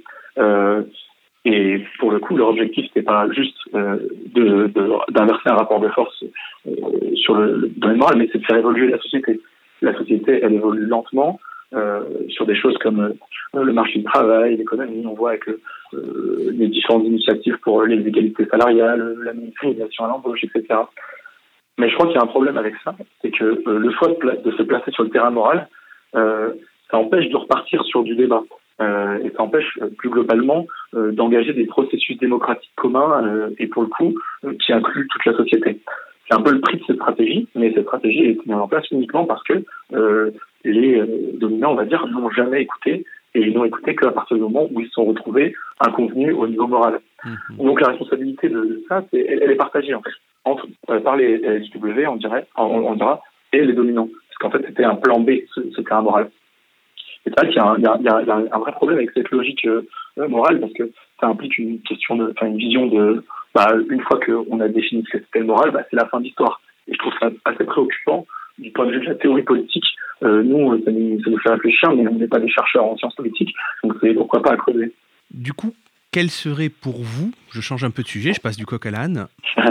Et pour le coup, leur objectif, c'était pas juste d'inverser un rapport de force sur le domaine moral, mais c'est de faire évoluer la société. La société, elle évolue lentement sur des choses comme le marché du travail, l'économie. On voit avec les différentes initiatives pour les égalités salariales, la ministérialisation à l'embauche, etc. Mais je crois qu'il y a un problème avec ça, c'est que le choix de se placer sur le terrain moral, ça empêche de repartir sur du débat. Et ça empêche plus globalement d'engager des processus démocratiques communs et pour le coup qui incluent toute la société. C'est un peu le prix de cette stratégie, mais cette stratégie est mise en place uniquement parce que les dominants, on va dire, n'ont jamais écouté, et ils n'ont écouté qu'à partir du moment où ils se sont retrouvés inconvenus au niveau moral. Donc la responsabilité de ça, elle est partagée en fait, par les LGW, on dira, et les dominants. Parce qu'en fait, c'était un plan B, ce terrain moral. C'est vrai qu'il y a un vrai problème avec cette logique morale, parce que ça implique une vision de, une fois qu'on a défini ce que c'était le moral, c'est la fin de l'histoire. Et je trouve ça assez préoccupant du point de vue de la théorie politique. Nous, ça nous fait réfléchir, mais on n'est pas des chercheurs en sciences politiques, donc c'est pourquoi pas à creuser. Du coup, quel serait pour vous, je change un peu de sujet, je passe du coq à l'âne.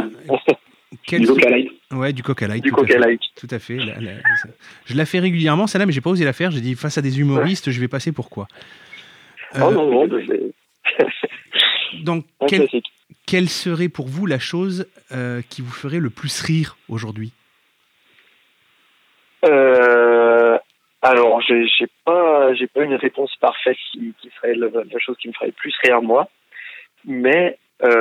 Du coq à light. Ouais, du coq à light. Du coq à light. Tout à fait. Je la fais régulièrement, celle-là, mais j'ai pas osé la faire. J'ai dit, face à des humoristes, je vais passer pour quoi non, Donc, quelle serait pour vous la chose qui vous ferait le plus rire aujourd'hui ? Alors, j'ai pas une réponse parfaite qui serait la chose qui me ferait le plus rire moi, mais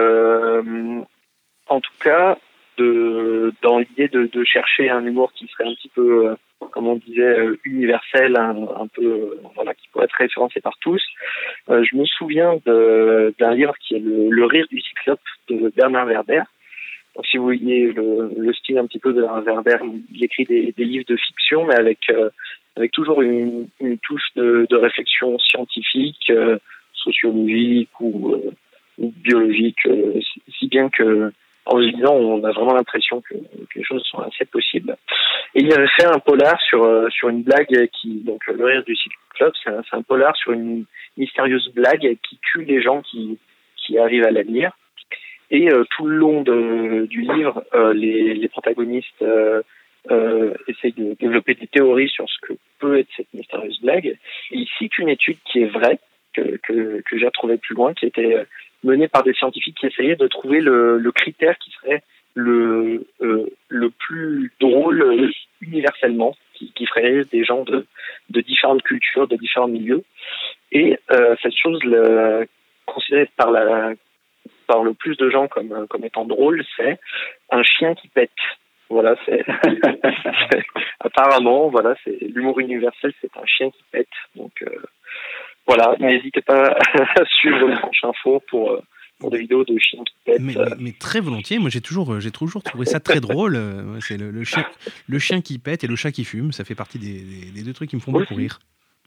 en tout cas, dans l'idée de chercher un humour qui serait un petit peu, comme on disait, universel, un peu, qui pourrait être référencé par tous. Je me souviens d'un livre qui est le Rire du Cyclope de Bernard Werber. Donc, si vous voyez le style un petit peu de Werber, il écrit des livres de fiction, mais avec toujours une touche de réflexion scientifique, sociologique ou biologique, si bien que en le lisant, on a vraiment l'impression que les choses sont assez possibles. Et il avait fait un polar sur une blague donc le Rire du Cyclope, c'est un polar sur une mystérieuse blague qui tue les gens qui arrivent à la lire. Et tout le long du livre, les protagonistes essayent de développer des théories sur ce que peut être cette mystérieuse blague. Et il cite une étude qui est vraie, que j'ai retrouvée plus loin, qui était menée par des scientifiques qui essayaient de trouver le critère qui serait le plus drôle universellement, qui ferait rire des gens de différentes cultures, de différents milieux. Et cette chose considérée par le plus de gens comme étant drôle, c'est un chien qui pète. Voilà, apparemment, c'est l'humour universel, c'est un chien qui pète. Donc voilà, n'hésitez pas à suivre le prochain info pour des vidéos de chiens qui pètent. Mais très volontiers, moi j'ai toujours trouvé ça très drôle. C'est le chien qui pète et le chat qui fume, ça fait partie des deux trucs qui me font beaucoup rire.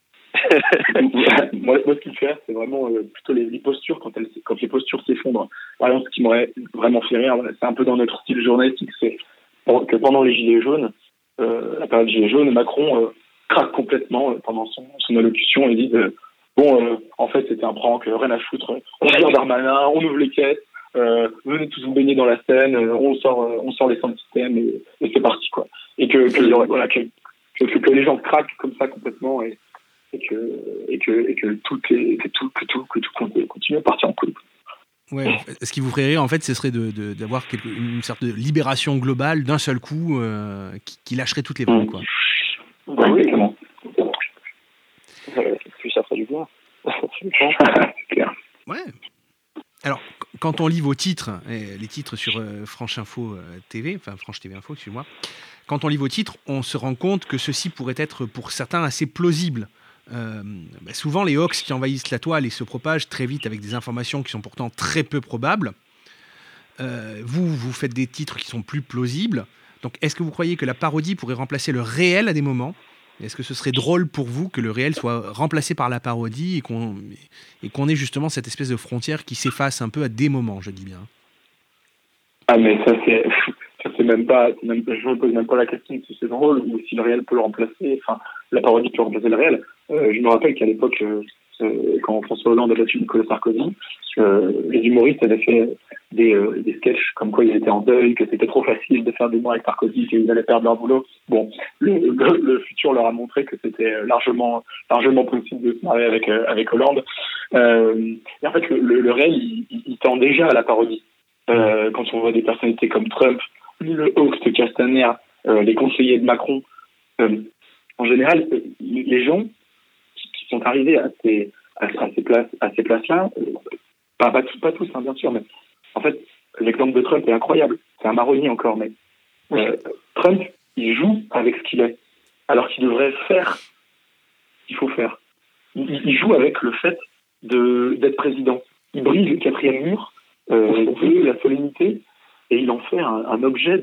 moi, ce qui me fait rire, c'est vraiment plutôt les postures quand les postures s'effondrent. Par exemple, ce qui m'aurait vraiment fait rire, c'est un peu dans notre style journalistique, c'est que pendant les Gilets jaunes, la période des Gilets jaunes, Macron craque complètement pendant son allocution et dit en fait c'était un prank, rien à foutre, on vire Darmanin, on ouvre les caisses, venez tous vous baigner dans la Seine, on sort les centres système et c'est parti quoi. Et que les gens craquent comme ça complètement et que tout continue à partir en couille. Ouais, ce qui vous ferait rire, en fait, ce serait d'avoir une sorte de libération globale d'un seul coup qui lâcherait toutes les vannes, quoi. Oui, exactement. Puis ça ferait du bien. Ouais. Alors, quand on lit vos titres, les titres sur France Info TV, enfin France TV Info, excuse-moi, quand on lit vos titres, on se rend compte que ceci pourrait être pour certains assez plausible. Souvent, les hoax qui envahissent la toile et se propagent très vite avec des informations qui sont pourtant très peu probables. Vous faites des titres qui sont plus plausibles. Donc, est-ce que vous croyez que la parodie pourrait remplacer le réel à des moments ? Est-ce que ce serait drôle pour vous que le réel soit remplacé par la parodie et qu'on ait justement cette espèce de frontière qui s'efface un peu à des moments, je dis bien ? Ah, mais ça c'est même pas, je me pose même pas la question si c'est drôle ou si le réel peut le remplacer, enfin, la parodie peut remplacer le réel. Je me rappelle qu'à l'époque, quand François Hollande a battu Nicolas Sarkozy, les humoristes avaient fait des sketchs comme quoi ils étaient en deuil, que c'était trop facile de faire des mots avec Sarkozy, qu'ils allaient perdre leur boulot. Bon, le futur leur a montré que c'était largement possible de se marrer avec Hollande. Et en fait, le réel, il tend déjà à la parodie. Quand on voit des personnalités comme Trump, le hoax de Castaner, les conseillers de Macron, en général, les gens qui sont arrivés à ces places-là, pas tous, hein, bien sûr, mais en fait, l'exemple de Trump est incroyable. C'est un marronnier encore, mais Trump, il joue avec ce qu'il est, alors qu'il devrait faire ce qu'il faut faire. Il joue avec le fait d'être président. Il brise le 4e mur, de la solennité, et il en fait un objet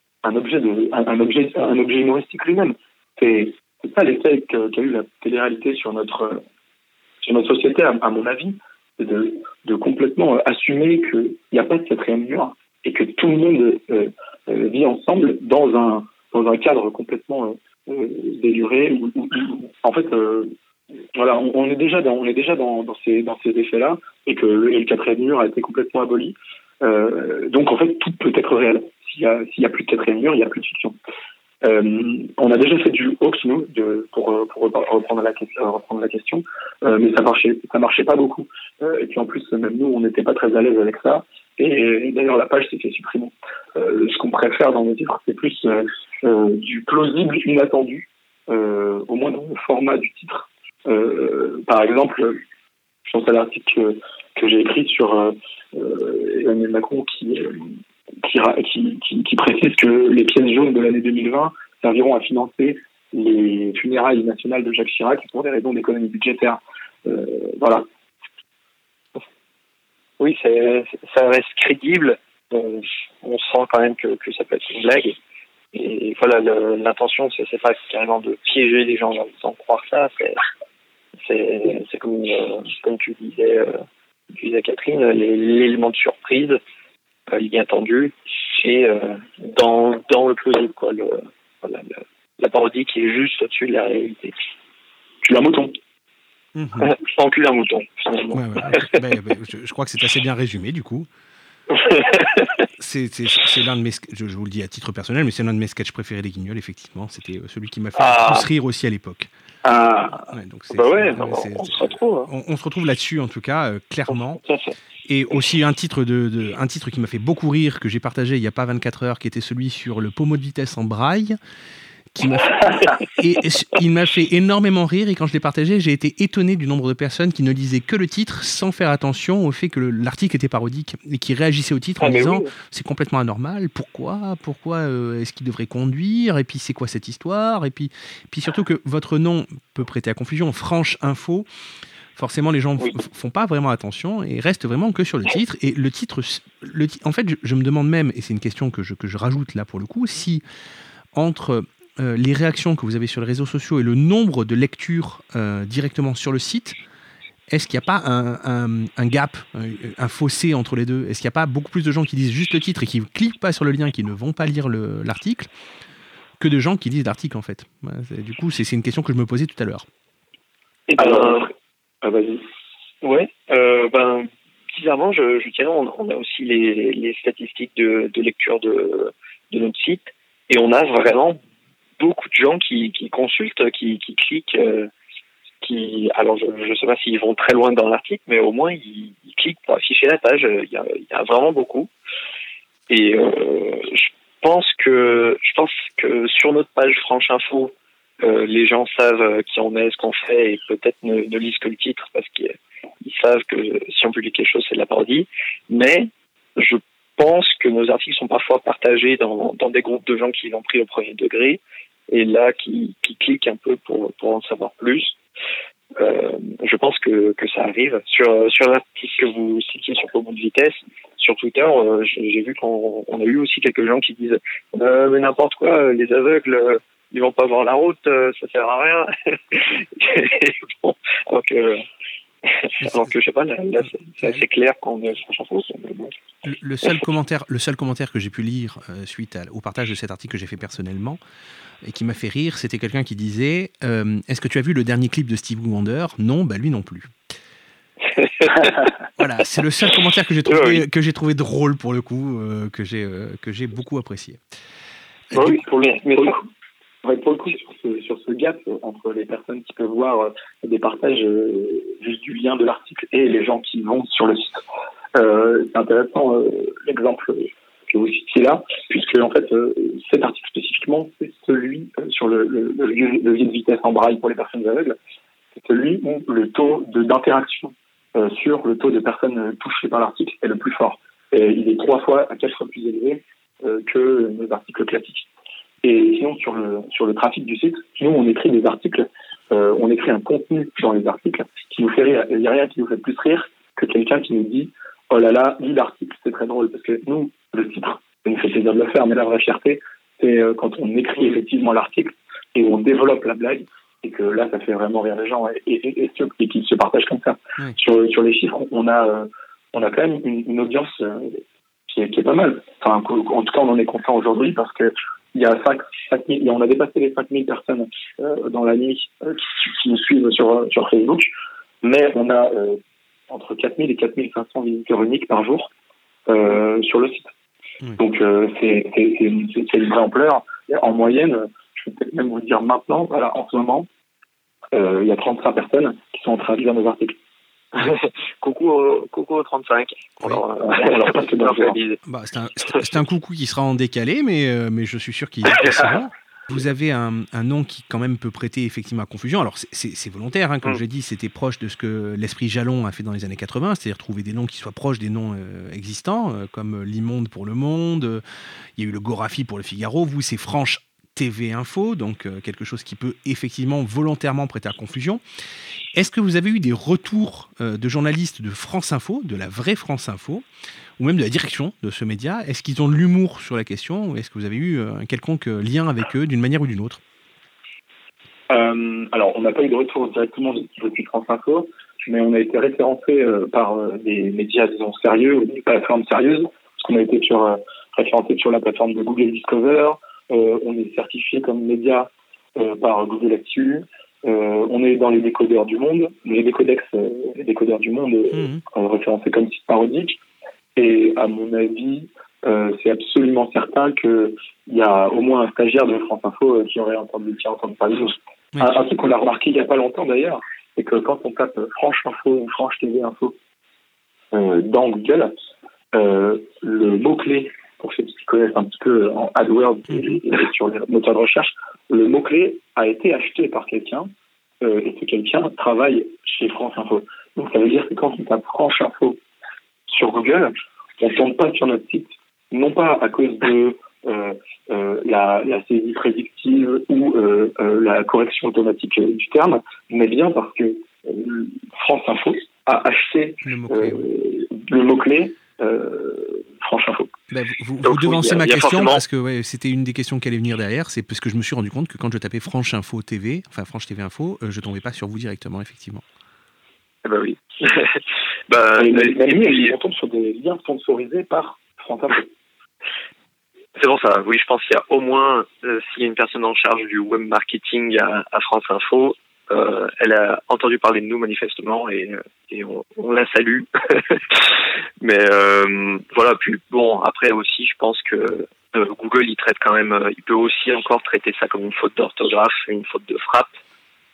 humoristique lui-même. C'est ça l'effet qu'a eu la télé-réalité sur notre société, à mon avis, c'est de complètement assumer qu'il n'y a pas de 4e mur et que tout le monde vit ensemble dans un cadre complètement déluré. En fait, voilà, on est déjà dans ces effets-là et que le 4e mur a été complètement aboli. Donc en fait, tout peut être réel. S'il y a plus de 4e mur, il n'y a plus de fiction. On a déjà fait du hoax, nous, pour reprendre la question, mais ça marchait pas beaucoup. Et puis en plus, même nous, on n'était pas très à l'aise avec ça. Et d'ailleurs, la page s'est fait supprimer. Ce qu'on préfère dans nos titres, c'est plus du plausible inattendu, au moins dans le format du titre. Par exemple, je pense à l'article que j'ai écrit sur Emmanuel Macron qui précise que les pièces jaunes de l'année 2020 serviront à financer les funérailles nationales de Jacques Chirac pour des raisons d'économie budgétaire. Voilà. Oui, ça reste crédible. On sent quand même que ça peut être une blague. Et voilà, l'intention, c'est pas carrément de piéger les gens en faisant croire ça. C'est comme tu disais, Catherine, l'élément de surprise, l'inattendu, et dans le plausible, quoi. La parodie qui est juste au-dessus de la réalité. Tu l'as un mouton. Sans cul un mouton, finalement. Ouais. Je crois que c'est assez bien résumé, du coup. C'est l'un de mes, je vous le dis à titre personnel, mais c'est l'un de mes sketchs préférés des Guignols, effectivement. C'était celui qui m'a fait le plus rire aussi à l'époque. Donc on se retrouve. On se retrouve là-dessus, en tout cas, clairement. Et aussi un titre qui m'a fait beaucoup rire, que j'ai partagé il n'y a pas 24 heures, qui était celui sur le pommeau de vitesse en braille. Il m'a fait énormément rire, et quand je l'ai partagé, j'ai été étonné du nombre de personnes qui ne lisaient que le titre sans faire attention au fait que l'article était parodique et qui réagissaient au titre en disant c'est complètement anormal, pourquoi est-ce qu'il devrait conduire, et puis c'est quoi cette histoire, et puis surtout que votre nom peut prêter à confusion, France Info. Forcément, les gens font pas vraiment attention et restent vraiment que sur le titre. Et le titre, en fait, je me demande même, et c'est une question que je rajoute là pour le coup, si entre les réactions que vous avez sur les réseaux sociaux et le nombre de lectures directement sur le site, est-ce qu'il n'y a pas un gap, un fossé entre les deux ? Est-ce qu'il n'y a pas beaucoup plus de gens qui lisent juste le titre et qui ne cliquent pas sur le lien, qui ne vont pas lire l'article, que de gens qui lisent l'article, en fait ? Du coup, c'est une question que je me posais tout à l'heure. Alors, vas-y. Ouais, bizarrement, je dirais, on a aussi les statistiques de lecture de notre site, et on a vraiment beaucoup de gens qui consultent, qui cliquent alors je sais pas s'ils vont très loin dans l'article, mais au moins ils cliquent pour afficher la page. Il y a vraiment beaucoup. Et je pense que sur notre page Franche Info, les gens savent qui on est, ce qu'on fait, et peut-être ne lisent que le titre parce qu'ils savent que si on publie quelque chose, c'est de la parodie. Mais je pense que nos articles sont parfois partagés dans des groupes de gens qui l'ont pris au premier degré, et là qui cliquent un peu pour en savoir plus. Je pense que ça arrive. Sur l'article que vous citiez sur Commun de Vitesse, sur Twitter, j'ai vu qu'on a eu aussi quelques gens qui disent mais n'importe quoi, les aveugles, ils vont pas voir la route, ça sert à rien. Bon, alors que je sais pas, là c'est assez clair qu'on est Franche Info. Le seul commentaire que j'ai pu lire suite au partage de cet article que j'ai fait personnellement et qui m'a fait rire, c'était quelqu'un qui disait est-ce que tu as vu le dernier clip de Stevie Wonder ? Non, bah lui non plus. Voilà, c'est le seul commentaire que j'ai trouvé drôle pour le coup, que j'ai beaucoup apprécié. Oui, pour le coup, sur ce gap entre les personnes qui peuvent voir des partages juste du lien de l'article et les gens qui vont sur le site, c'est intéressant l'exemple que vous citiez là, puisque en fait cet article spécifiquement, c'est celui sur le levier de vitesse en braille pour les personnes aveugles, c'est celui où le taux d'interaction sur le taux de personnes touchées par l'article est le plus fort. Et il est 3 fois à 4 fois plus élevé que nos articles classiques. Et sinon, sur le trafic du site, nous, on écrit des articles, on écrit un contenu dans les articles qui nous fait rire. Il n'y a rien qui nous fait plus rire que quelqu'un qui nous dit « Oh là là, lis l'article, c'est très drôle ». Parce que nous, le titre, ça nous fait plaisir de le faire, mais la vraie fierté, c'est quand on écrit effectivement l'article et on développe la blague, et que là, ça fait vraiment rire les gens et qu'ils se partagent comme ça. Oui. Sur les chiffres, on a quand même une audience qui est pas mal. Enfin, en tout cas, on en est content aujourd'hui parce que il y a 5 000, on a dépassé les 5 000 personnes dans la nuit qui nous suivent sur Facebook, mais on a entre 4 000 et 4 500 visiteurs uniques par jour sur le site. Oui. Donc c'est une vraie ampleur. En moyenne, je peux peut-être même vous dire maintenant, voilà, en ce moment, il y a 35 personnes qui sont en train de lire nos articles. coucou aux 35. Oui. C'est un coucou qui sera en décalé, mais je suis sûr qu'il est possible. Vous avez un nom qui quand même peut prêter effectivement à confusion. Alors c'est volontaire, hein, comme je l'ai dit, c'était proche de ce que l'esprit Jalon a fait dans les années 80, c'est-à-dire trouver des noms qui soient proches des noms existants, comme l'Immonde pour Le Monde, il y a eu le Gorafi pour Le Figaro, vous c'est Franche TV Info, donc quelque chose qui peut effectivement volontairement prêter à confusion. Est-ce que vous avez eu des retours de journalistes de France Info, de la vraie France Info, ou même de la direction de ce média ? Est-ce qu'ils ont de l'humour sur la question, ou est-ce que vous avez eu un quelconque lien avec eux d'une manière ou d'une autre ? Alors, on n'a pas eu de retour directement depuis France Info, mais on a été référencé par des médias, disons, sérieux, ou des plateformes sérieuses, parce qu'on a été référencé sur la plateforme de Google Discover. On est certifié comme média par Google Actu. On est dans les décodeurs du monde, les décodeurs du monde référencés comme site parodique. Et à mon avis, c'est absolument certain qu'il y a au moins un stagiaire de France Info qui aurait entendu parler de nous. Oui. Un truc qu'on a remarqué il n'y a pas longtemps d'ailleurs, c'est que quand on tape Franche Info ou Franche TV Info dans Google, le mot-clé, pour ceux qui connaissent un petit peu en AdWords et sur les moteurs de recherche, le mot-clé a été acheté par quelqu'un et ce quelqu'un travaille chez France Info. Donc ça veut dire que quand on tape Franche Info sur Google, on ne tombe pas sur notre site, non pas à cause de la saisie prédictive ou la correction automatique du terme, mais bien parce que France Info a acheté le mot-clé Franche Info. Ben, vous devancez ma question parce que c'était une des questions qui allait venir derrière. C'est parce que je me suis rendu compte que quand je tapais Franche Info TV, enfin Franche TV Info, je tombais pas sur vous directement, effectivement. Eh ben oui. Et on tombe sur des liens sponsorisés par France Info. C'est pour ça. Oui, je pense qu'il y a au moins, s'il y a une personne en charge du web marketing à France Info, elle a entendu parler de nous manifestement et on la salue. Mais voilà, puis bon, après aussi, je pense que Google, il traite quand même, il peut aussi encore traiter ça comme une faute d'orthographe, une faute de frappe.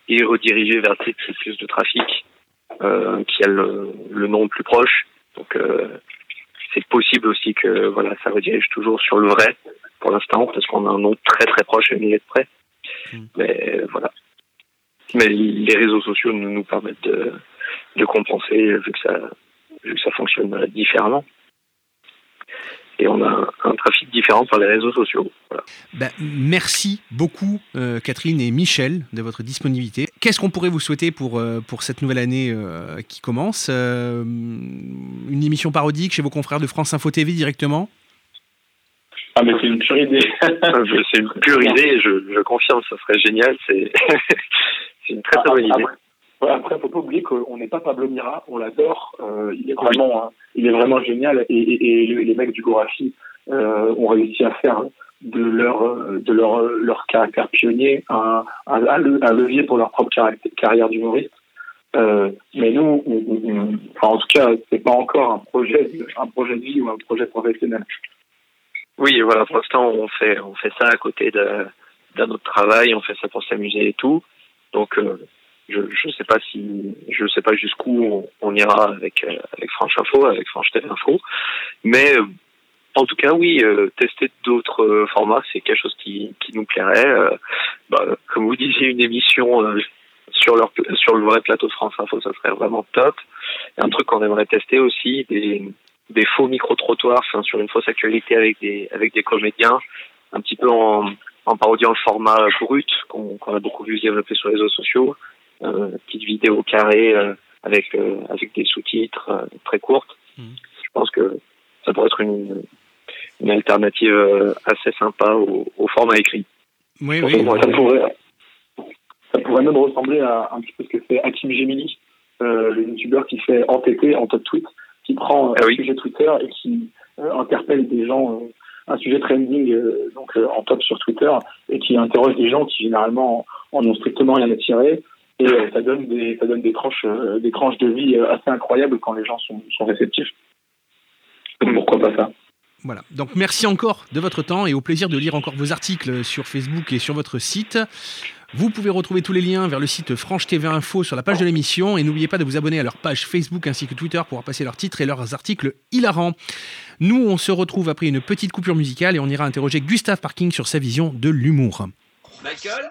et rediriger vers des sites plus de trafic qui a le nom le plus proche. Donc c'est possible aussi que voilà, ça redirige toujours sur le vrai pour l'instant, parce qu'on a un nom très très proche à une ligne de près. Mais voilà. Mais les réseaux sociaux nous permettent de compenser vu que ça fonctionne différemment. Et on a un trafic différent par les réseaux sociaux. Voilà. Merci beaucoup Catherine et Michel de votre disponibilité. Qu'est-ce qu'on pourrait vous souhaiter pour cette nouvelle année qui commence une émission parodique chez vos confrères de France Info TV directement? Ah mais c'est une pure idée. C'est une pure idée, je confirme, ça serait génial. C'est une très très bonne idée. Après, faut pas oublier qu'on n'est pas Pablo Mira, on l'adore. Il est vraiment génial. Et les mecs du Gorafi ont réussi à faire de leur caractère pionnier un levier pour leur propre carrière d'humoriste. Mais nous, en tout cas, c'est pas encore un projet de vie ou un projet professionnel. Oui, voilà. Pour l'instant, on fait ça à côté d'un autre travail. On fait ça pour s'amuser et tout. Donc je sais pas jusqu'où on ira avec France Info, avec France TV Info, mais en tout cas oui, tester d'autres formats, c'est quelque chose qui nous plairait. Comme vous disiez, une émission sur le vrai plateau de France Info, ça serait vraiment top. Et un truc qu'on aimerait tester aussi, des faux micro-trottoirs, sur une fausse actualité avec des comédiens, un petit peu en parodiant le format brut qu'on a beaucoup vu se développer sur les réseaux sociaux. Petite vidéo carrée avec des sous-titres très courtes. Je pense que ça pourrait être une alternative assez sympa au format écrit. Oui. Ça pourrait même ressembler à un petit peu ce que fait Hakim Gemini, le youtubeur qui fait entêter en top tweet, qui prend un sujet Twitter et qui interpelle des gens, un sujet trending en top sur Twitter, et qui interroge des gens qui généralement en ont strictement rien à tirer. Et ça donne des tranches de vie assez incroyables quand les gens sont réceptifs. Donc pourquoi pas ça? Voilà. Donc merci encore de votre temps et au plaisir de lire encore vos articles sur Facebook et sur votre site. Vous pouvez retrouver tous les liens vers le site France TV Info sur la page de l'émission, et n'oubliez pas de vous abonner à leur page Facebook ainsi que Twitter pour passer leurs titres et leurs articles hilarants. Nous, on se retrouve après une petite coupure musicale et on ira interroger Gustave Parking sur sa vision de l'humour. Michael.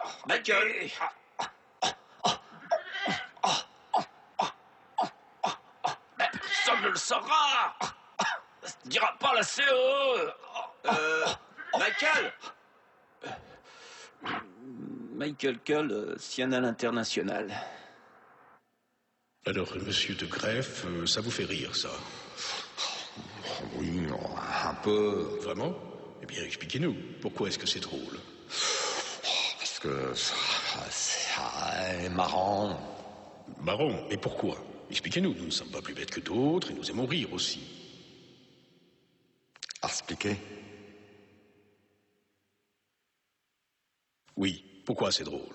Personne ne le saura. Ça ne dira pas la CE. Michael Cull, Cianal International. Alors, monsieur de Greff, ça vous fait rire, ça? Oui, un peu. Vraiment? Eh bien, expliquez-nous. Pourquoi est-ce que c'est drôle? Parce que c'est marrant. Marrant? Mais pourquoi? Expliquez-nous. Nous ne sommes pas plus bêtes que d'autres et nous aimons rire aussi. Expliquer? Oui. Pourquoi c'est drôle?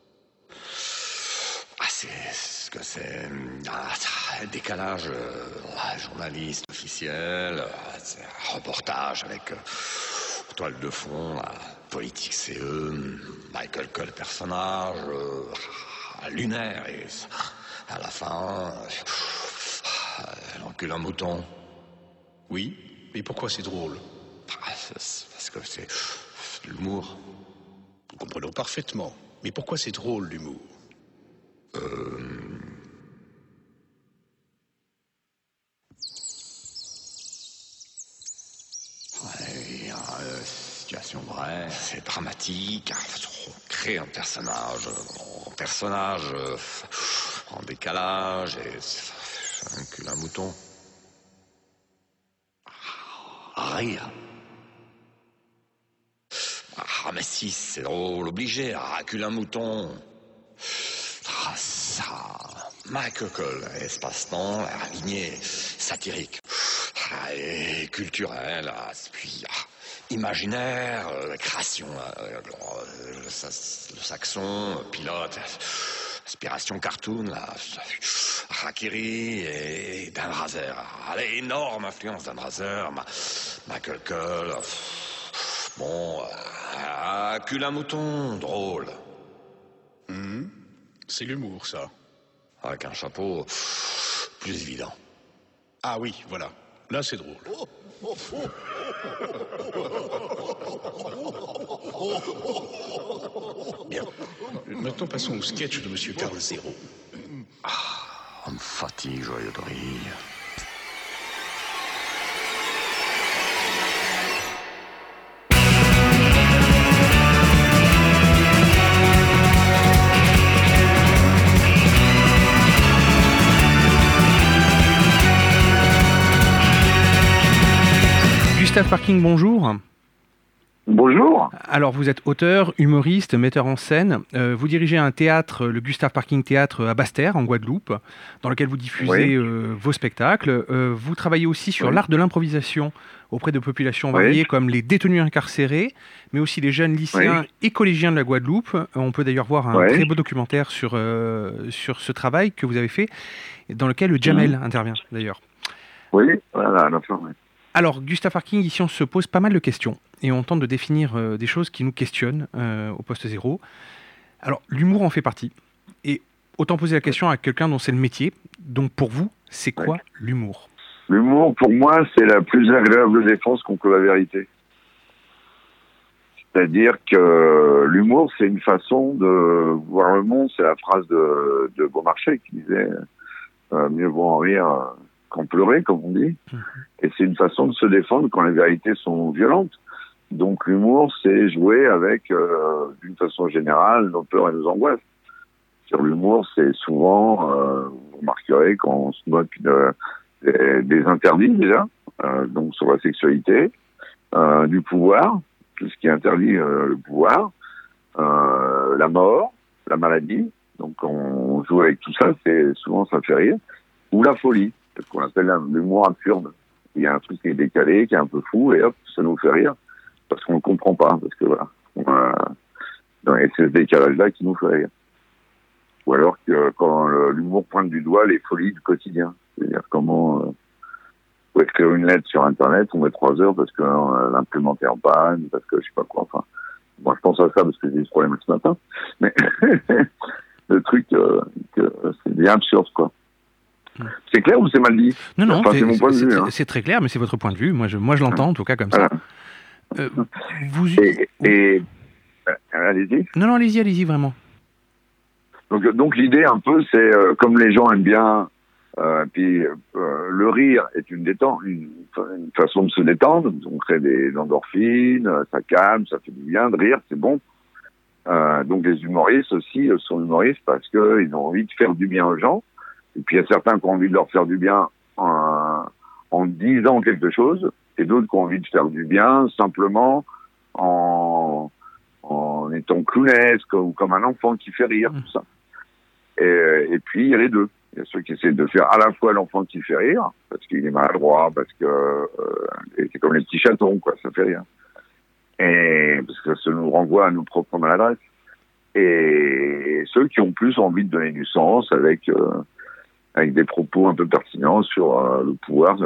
C'est un décalage journaliste officiel, c'est un reportage avec toile de fond, la politique CE, Michael Cull personnage, lunaire, et à la fin, elle encule un mouton. Oui, mais pourquoi c'est drôle? Parce que c'est l'humour. Nous comprenons parfaitement. Mais pourquoi c'est drôle, l'humour? Situation vraie, c'est dramatique. On crée un personnage en décalage, et ça encule un mouton. Rire. Mais si, c'est drôle, obligé, recule un mouton. Ça, Michael Cull, espace-temps, lignée satirique, et culturelle, puis imaginaire, création, le saxon, pilote, inspiration cartoon, Harakiri et Dan Razer. Énorme influence Dan Razer, Michael Cull. Bon, cul un mouton, drôle. c'est l'humour, ça. Avec un chapeau, plus évident. Ah oui, voilà. Là, c'est drôle. Bien. Maintenant, passons au sketch de Monsieur Carl Zéro. On me fatigue, joyeux de rire. Gustave Parking, bonjour. Bonjour. Alors, vous êtes auteur, humoriste, metteur en scène. Vous dirigez un théâtre, le Gustave Parking Théâtre à Basse-Terre, en Guadeloupe, dans lequel vous diffusez vos spectacles. Vous travaillez aussi sur l'art de l'improvisation auprès de populations variées comme les détenus incarcérés, mais aussi les jeunes lycéens et collégiens de la Guadeloupe. On peut d'ailleurs voir un très beau documentaire sur ce travail que vous avez fait, dans lequel le Jamel intervient d'ailleurs. Oui, voilà, à la fin, Alors, Gustave Parking, ici, on se pose pas mal de questions et on tente de définir des choses qui nous questionnent au poste zéro. Alors, l'humour en fait partie. Et autant poser la question à quelqu'un dont c'est le métier. Donc, pour vous, c'est quoi l'humour ? L'humour, pour moi, c'est la plus agréable défense contre la vérité. C'est-à-dire que l'humour, c'est une façon de voir le monde. C'est la phrase de Beaumarchais qui disait mieux vaut en rire qu'en pleurer, comme on dit. Et c'est une façon de se défendre quand les vérités sont violentes. Donc l'humour, c'est jouer avec, d'une façon générale, nos peurs et nos angoisses. Sur l'humour, c'est souvent, vous remarquerez qu'on se moque des interdits déjà, donc sur la sexualité, du pouvoir, tout ce qui interdit le pouvoir, la mort, la maladie. Donc on joue avec tout ça, c'est souvent ça fait rire. Ou la folie, ce qu'on appelle l'humour absurde. Il y a un truc qui est décalé, qui est un peu fou, et hop, ça nous fait rire, parce qu'on ne comprend pas, parce que voilà, et c'est ce décalage-là qui nous fait rire. Ou alors que quand l'humour pointe du doigt les folies du quotidien, c'est-à-dire comment faut écrire une lettre sur Internet, on met 3 heures parce que l'imprimante est en panne, parce que je sais pas quoi, enfin, moi je pense à ça parce que j'ai eu ce problème ce matin, mais le truc, c'est bien absurde, quoi. C'est clair ou c'est mal dit ? Non, enfin, c'est mon point de vue. C'est très clair, mais c'est votre point de vue. Moi, je l'entends en tout cas comme ça. Allez-y. Non, allez-y, vraiment. Donc l'idée un peu, c'est comme les gens aiment bien, le rire est une détente, une façon de se détendre. On crée des endorphines, ça calme, ça fait du bien de rire, c'est bon. Donc les humoristes aussi sont humoristes parce qu'ils ont envie de faire du bien aux gens. Et puis il y a certains qui ont envie de leur faire du bien en disant quelque chose, et d'autres qui ont envie de faire du bien simplement en étant clownesque ou comme un enfant qui fait rire, tout ça. Et puis il y a les deux. Il y a ceux qui essaient de faire à la fois l'enfant qui fait rire, parce qu'il est maladroit, parce que c'est comme les petits chatons, quoi, ça fait rire. Et parce que ça nous renvoie à nos propres maladresses. Et ceux qui ont plus envie de donner du sens avec des propos un peu pertinents sur le pouvoir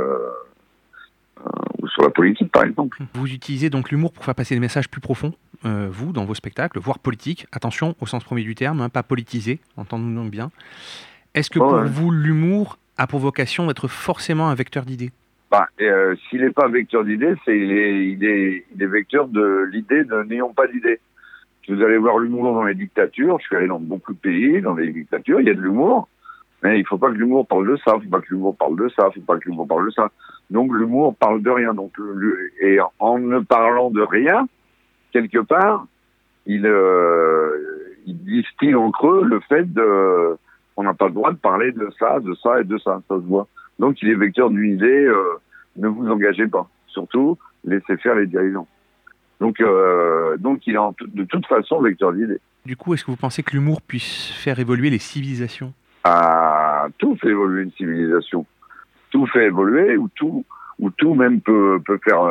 ou sur la politique, par exemple. Vous utilisez donc l'humour pour faire passer des messages plus profonds, vous, dans vos spectacles, voire politiques. Attention, au sens premier du terme, pas politisé, entendons-nous bien. Est-ce que pour vous, l'humour a pour vocation d'être forcément un vecteur d'idées ? S'il n'est pas vecteur d'idées, il est vecteur de l'idée de n'ayons pas d'idées. Si vous allez voir l'humour dans les dictatures, je suis allé dans beaucoup de pays, dans les dictatures, il y a de l'humour, mais il ne faut pas que l'humour parle de ça, il ne faut pas que l'humour parle de ça, il ne faut pas que l'humour parle de ça. Donc l'humour parle de rien. Donc, et en ne parlant de rien, quelque part, il distille en creux le fait qu'on n'a pas le droit de parler de ça et de ça se voit. Donc il est vecteur d'une idée, ne vous engagez pas. Surtout, laissez faire les dirigeants. Donc il est de toute façon vecteur d'idées. Du coup, est-ce que vous pensez que l'humour puisse faire évoluer les civilisations ? Tout fait évoluer une civilisation. Tout fait évoluer, ou tout même peut faire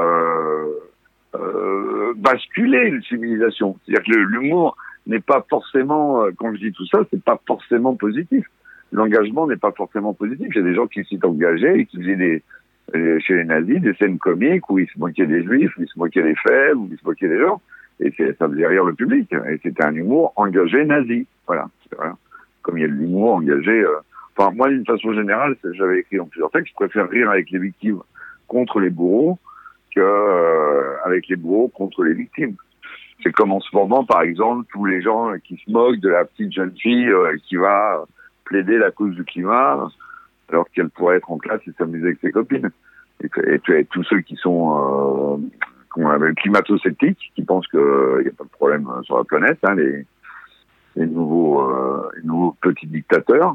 basculer une civilisation. C'est-à-dire que l'humour n'est pas forcément, quand je dis tout ça, c'est pas forcément positif. L'engagement n'est pas forcément positif. Il y a des gens qui s'y engagés et qui faisaient chez les nazis des scènes comiques où ils se moquaient des juifs, où ils se moquaient des faibles, où ils se moquaient des gens. Et ça faisait rire le public. Et c'était un humour engagé nazi. Voilà. comme il y a de l'humour engagé. Enfin, moi, d'une façon générale, j'avais écrit dans plusieurs textes, je préfère rire avec les victimes contre les bourreaux que avec les bourreaux contre les victimes. C'est comme en ce moment, par exemple, tous les gens qui se moquent de la petite jeune fille qui va plaider la cause du climat, alors qu'elle pourrait être en classe et s'amuser avec ses copines. Et tous ceux qui sont qu'on appelle climato-sceptiques, qui pensent qu'il n'y a pas de problème sur la planète, hein, les nouveaux petits dictateurs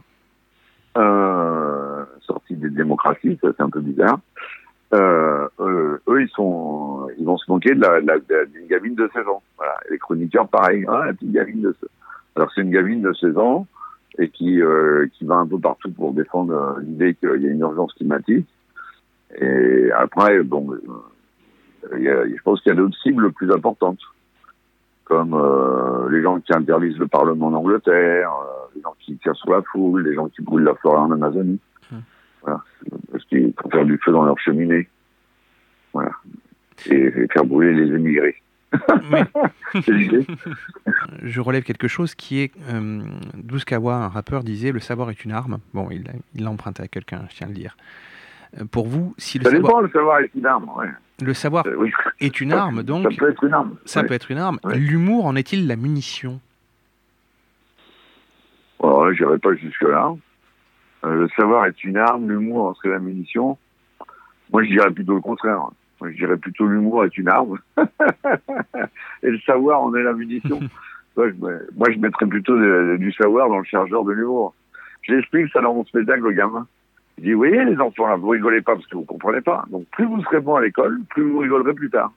sortis des démocraties, ça c'est un peu bizarre. Eux, ils vont se moquer d'une gamine de 16 ans. Voilà. Et les chroniqueurs, pareil, la petite gamine de 16 ans. Alors c'est une gamine de 16 ans et qui va un peu partout pour défendre l'idée qu'il y a une urgence climatique. Et après, bon, je pense qu'il y a d'autres cibles plus importantes, comme les gens qui interdisent le Parlement d'Angleterre, les gens qui tirent sur la foule, les gens qui brûlent la forêt en Amazonie. Voilà. Parce qu'ils font faire du feu dans leur cheminée. Voilà. Et faire brûler les émigrés. Je relève quelque chose qui est Douskawa, un rappeur, disait le savoir est une arme. Bon, il l'a emprunté à quelqu'un, je tiens à le dire. Pour vous, si le savoir est une arme, ouais. Le savoir est une arme, donc ça peut être une arme. Ça peut être une arme. Ouais. L'humour en est-il la munition? Oh, j'irai pas jusque là. Le savoir est une arme, l'humour en serait la munition. Moi, je dirais plutôt le contraire. Moi, je dirais plutôt l'humour est une arme et le savoir en est la munition. Moi, je mettrais plutôt du savoir dans le chargeur de l'humour. J'explique ça dans mon spectacle aux gamins. Je dis, vous voyez les enfants là, vous rigolez pas parce que vous comprenez pas. Donc plus vous serez bon à l'école, plus vous rigolerez plus tard.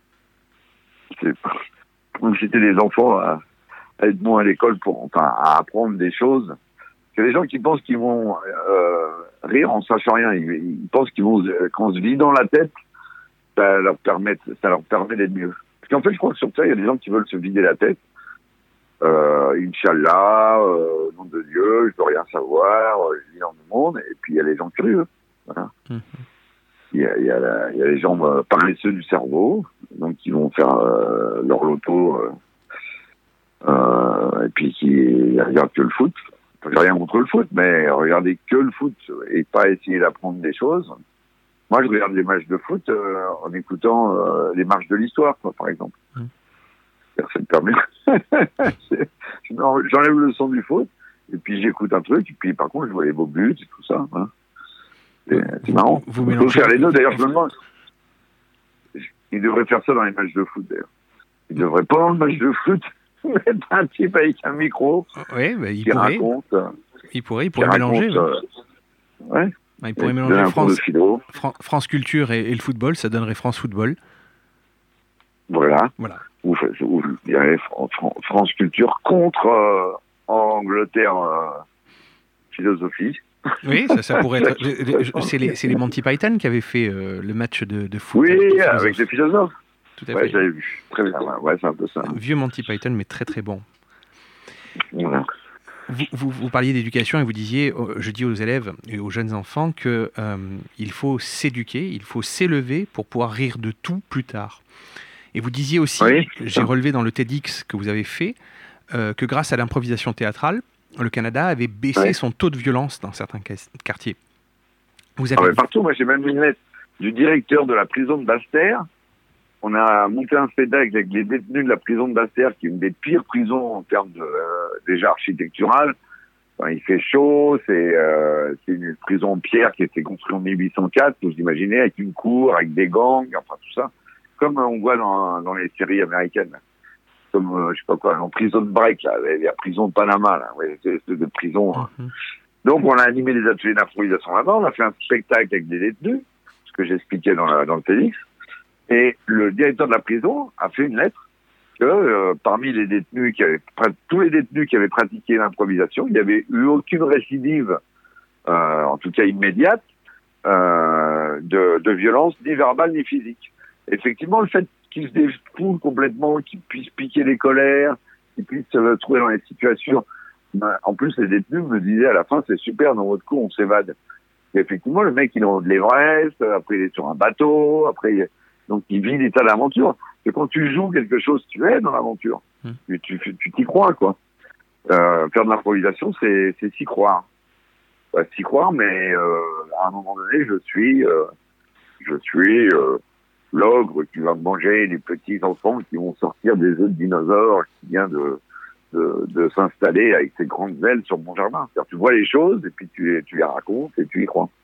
Donc c'était des enfants à être bons à l'école à apprendre des choses. C'est des gens qui pensent qu'ils vont rire en sachant rien. Ils pensent qu'ils vont, qu'en se vidant la tête, ça leur permet d'être mieux. Parce qu'en fait, je crois que sur Terre, il y a des gens qui veulent se vider la tête. Inch'Allah, au nom de Dieu, je veux rien savoir, je vis dans le monde. Et puis il y a les gens curieux. Voilà. Il y a les gens paresseux du cerveau, donc qui vont faire leur loto, et puis qui regardent que le foot. J'ai rien contre le foot, mais regarder que le foot et pas essayer d'apprendre des choses. Moi, je regarde les matchs de foot en écoutant les marches de l'histoire, quoi, par exemple. Ça me permet. J'enlève le son du foot, et puis j'écoute un truc, et puis par contre, je vois les beaux buts et tout ça. Hein. C'est marrant. Vous Il faut faire les deux. D'ailleurs, je me demande. Ils devraient faire ça dans les matchs de foot, d'ailleurs. Ils devraient pas dans le match de foot mettre un type avec un micro qui raconte. Il pourrait mélanger. Ouais. Il pourrait mélanger France Culture et le football, ça donnerait France Football. Voilà. Ou je dirais France Culture contre Angleterre Philosophie. Oui, ça pourrait être. C'est les Monty Python qui avaient fait le match de foot. Oui, avec les philosophes. Tout à fait. J'avais vu. Très bien. Ouais, c'est un peu ça. Un vieux Monty Python, mais très très bon. Voilà. Vous parliez d'éducation et vous disiez, je dis aux élèves et aux jeunes enfants que il faut s'éduquer, il faut s'élever pour pouvoir rire de tout plus tard. Et vous disiez aussi, j'ai relevé dans le TEDx que vous avez fait, que grâce à l'improvisation théâtrale, le Canada avait baissé son taux de violence dans certains quartiers. Vous avez partout, moi j'ai même une lettre du directeur de la prison de Basse-Terre. On a monté un spectacle avec les détenus de la prison de Basse-Terre, qui est une des pires prisons en termes déjà architectural. Enfin, il fait chaud, c'est une prison en pierre qui a été construite en 1804, vous imaginez, avec une cour, avec des gangs, enfin tout ça. Comme on voit dans les séries américaines. Comme, je sais pas quoi, en Prison Break, là, la prison de Panama, là, c'est de prison. Donc on a animé des ateliers d'improvisation là-bas, on a fait un spectacle avec des détenus, ce que j'expliquais dans le TEDx. Et le directeur de la prison a fait une lettre que parmi les détenus tous les détenus qui avaient pratiqué l'improvisation, il n'y avait eu aucune récidive, en tout cas immédiate, de violence ni verbale ni physique. Effectivement, le fait qu'ils se défoulent complètement, qu'ils puissent piquer les colères, qu'ils puissent se trouver dans les situations. En plus, les détenus me disaient à la fin, c'est super, dans votre cours, on s'évade. Et effectivement, le mec, il est en haut de l'Everest, après il est sur un bateau, après donc il vit l'état d'aventure. Et quand tu joues quelque chose, tu es dans l'aventure. Tu t'y crois, quoi. Faire de l'improvisation, c'est s'y croire. S'y croire, mais à un moment donné, je suis l'ogre qui va manger les petits enfants qui vont sortir des œufs de dinosaures qui vient de s'installer avec ses grandes ailes sur mon jardin. C'est-à-dire, tu vois les choses et puis tu les racontes et tu y crois.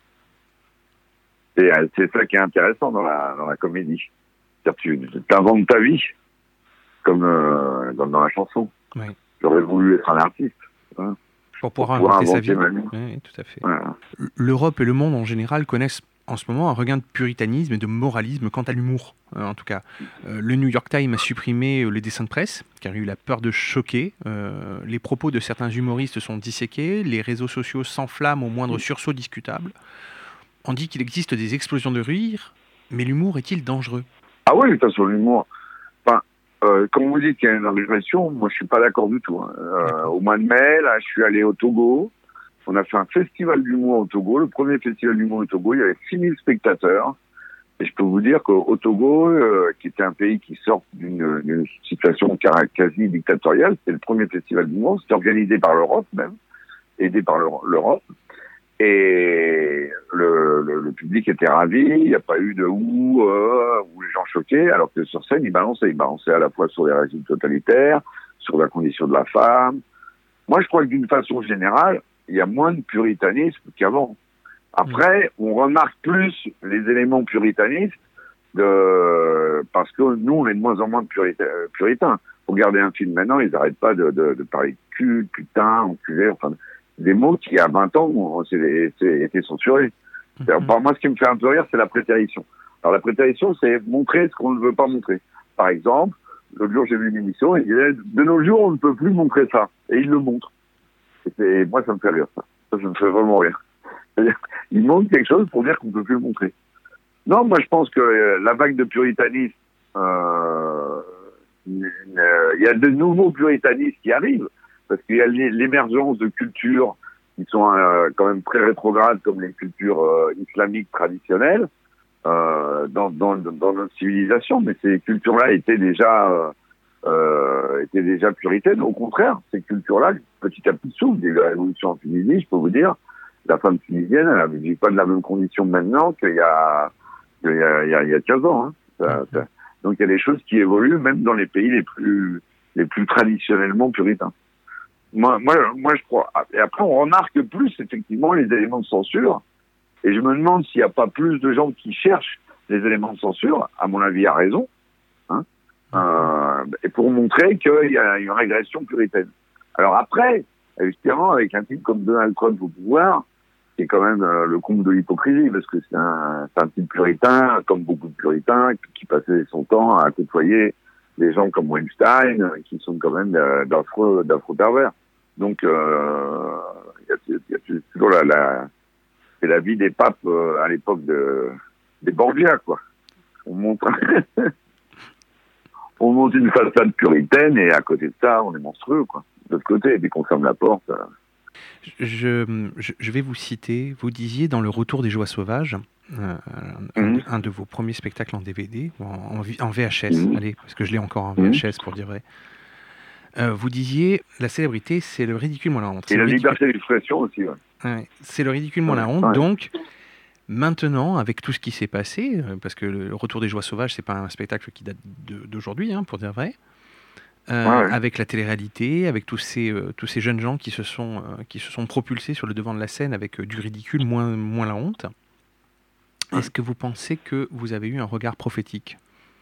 C'est ça qui est intéressant dans la comédie. C'est-à-dire, tu inventes ta vie comme dans la chanson. Oui. J'aurais voulu être un artiste. Hein, pour pouvoir inventer sa vie. Ma vie. Oui, tout à fait. Voilà. L'Europe et le monde en général connaissent en ce moment un regain de puritanisme et de moralisme quant à l'humour. En tout cas, le New York Times a supprimé les dessins de presse, car il y a eu la peur de choquer. Les propos de certains humoristes sont disséqués, les réseaux sociaux s'enflamment au moindre sursaut discutable. On dit qu'il existe des explosions de rire, mais l'humour est-il dangereux ? Ah oui, de toute façon, l'humour... comme vous dites qu'il y a une régression, moi je suis pas d'accord du tout. Au mois de mai, là, je suis allé au Togo. On a fait un festival d'humour au Togo. Le premier festival d'humour au Togo, il y avait 6000 spectateurs. Et je peux vous dire qu'au Togo, qui était un pays qui sort d'une situation quasi dictatoriale, c'était le premier festival d'humour. C'était organisé par l'Europe même, aidé par l'Europe. Et le public était ravi. Il n'y a pas eu de où les gens choquaient, alors que sur scène, ils balançaient à la fois sur les régimes totalitaires, sur la condition de la femme. Moi, je crois que d'une façon générale, il y a moins de puritanisme qu'avant. Après, on remarque plus les éléments puritanistes parce que nous, on est de moins en moins de puritains. Regardez un film maintenant, ils n'arrêtent pas de parler de cul, putain, enculé, enfin, des mots qui, à 20 ans, ont été censurés. Moi, ce qui me fait un peu rire, c'est la prétérition. Alors, la prétérition, c'est montrer ce qu'on ne veut pas montrer. Par exemple, l'autre jour, j'ai vu une émission, et il disait, de nos jours, on ne peut plus montrer ça. Et il le montre. Et moi, ça me fait rire, ça. Ça me fait vraiment rire. C'est-à-dire, il montre quelque chose pour dire qu'on ne peut plus le montrer. Non, moi, je pense que la vague de puritanisme, il y a de nouveaux puritanistes qui arrivent, parce qu'il y a l'émergence de cultures qui sont quand même très rétrogrades, comme les cultures islamiques traditionnelles, dans notre civilisation. Mais ces cultures-là étaient déjà puritaines. Au contraire, ces cultures-là, petit à petit, s'ouvrent. Il y a eu la révolution en Tunisie, je peux vous dire, la femme tunisienne, elle ne vit pas de la même condition maintenant qu'il y a 15 ans. Hein. Donc il y a des choses qui évoluent même dans les pays les plus traditionnellement puritains. Moi, je crois. Et après, on remarque plus effectivement les éléments de censure. Et je me demande s'il n'y a pas plus de gens qui cherchent les éléments de censure. À mon avis, à raison. Hein, et pour montrer qu'il y a une régression puritaine. Alors après, évidemment, avec un type comme Donald Trump au pouvoir, c'est quand même le comble de l'hypocrisie, parce que c'est un type puritain, comme beaucoup de puritains, qui passait son temps à côtoyer des gens comme Weinstein, qui sont quand même d'affreux pervers. Donc, il y a toujours c'est la vie des papes à l'époque des Borgia, quoi. On monte une façade puritaine, et à côté de ça, on est monstrueux, quoi. De l'autre côté, dès qu'on ferme la porte... Je vais vous citer, vous disiez dans Le Retour des Joies Sauvages, un de vos premiers spectacles en DVD, en VHS, allez, parce que je l'ai encore en VHS pour dire vrai. Vous disiez, la célébrité, c'est le ridicule moins la honte. Et la liberté d'expression aussi, ouais. Ouais, c'est le ridicule moins la honte, ouais. Donc... Maintenant, avec tout ce qui s'est passé, parce que Le Retour des Joies Sauvages, c'est pas un spectacle qui date d'aujourd'hui, hein, pour dire vrai, avec la télé-réalité, avec tous ces jeunes gens qui se sont propulsés sur le devant de la scène avec du ridicule moins la honte. Est-ce que vous pensez que vous avez eu un regard prophétique ?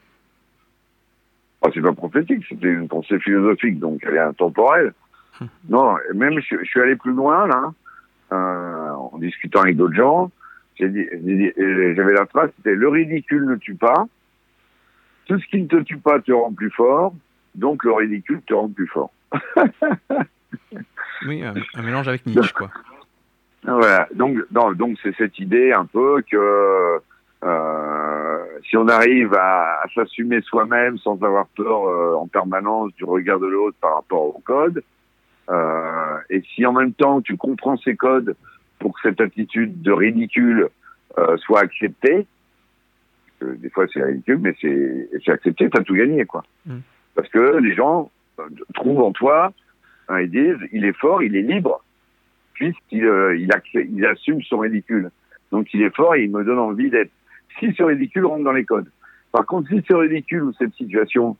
C'est pas prophétique, c'était une pensée philosophique, donc elle est intemporelle. Non, même je suis allé plus loin là, en discutant avec d'autres gens. J'avais la phrase, c'était: le ridicule ne tue pas, tout ce qui ne te tue pas te rend plus fort, donc le ridicule te rend plus fort. Oui, un mélange avec Nietzsche, quoi. Voilà, donc c'est cette idée un peu que si on arrive à s'assumer soi-même sans avoir peur en permanence du regard de l'autre par rapport au code, et si en même temps tu comprends ces codes pour que cette attitude de ridicule soit acceptée, des fois c'est ridicule, mais c'est accepté, t'as tout gagné, quoi. Parce que les gens trouvent en toi ils disent, il est fort, il est libre, puisqu'il il assume son ridicule. Donc il est fort et il me donne envie d'être. Si ce ridicule rentre dans les codes. Par contre, si ce ridicule ou cette situation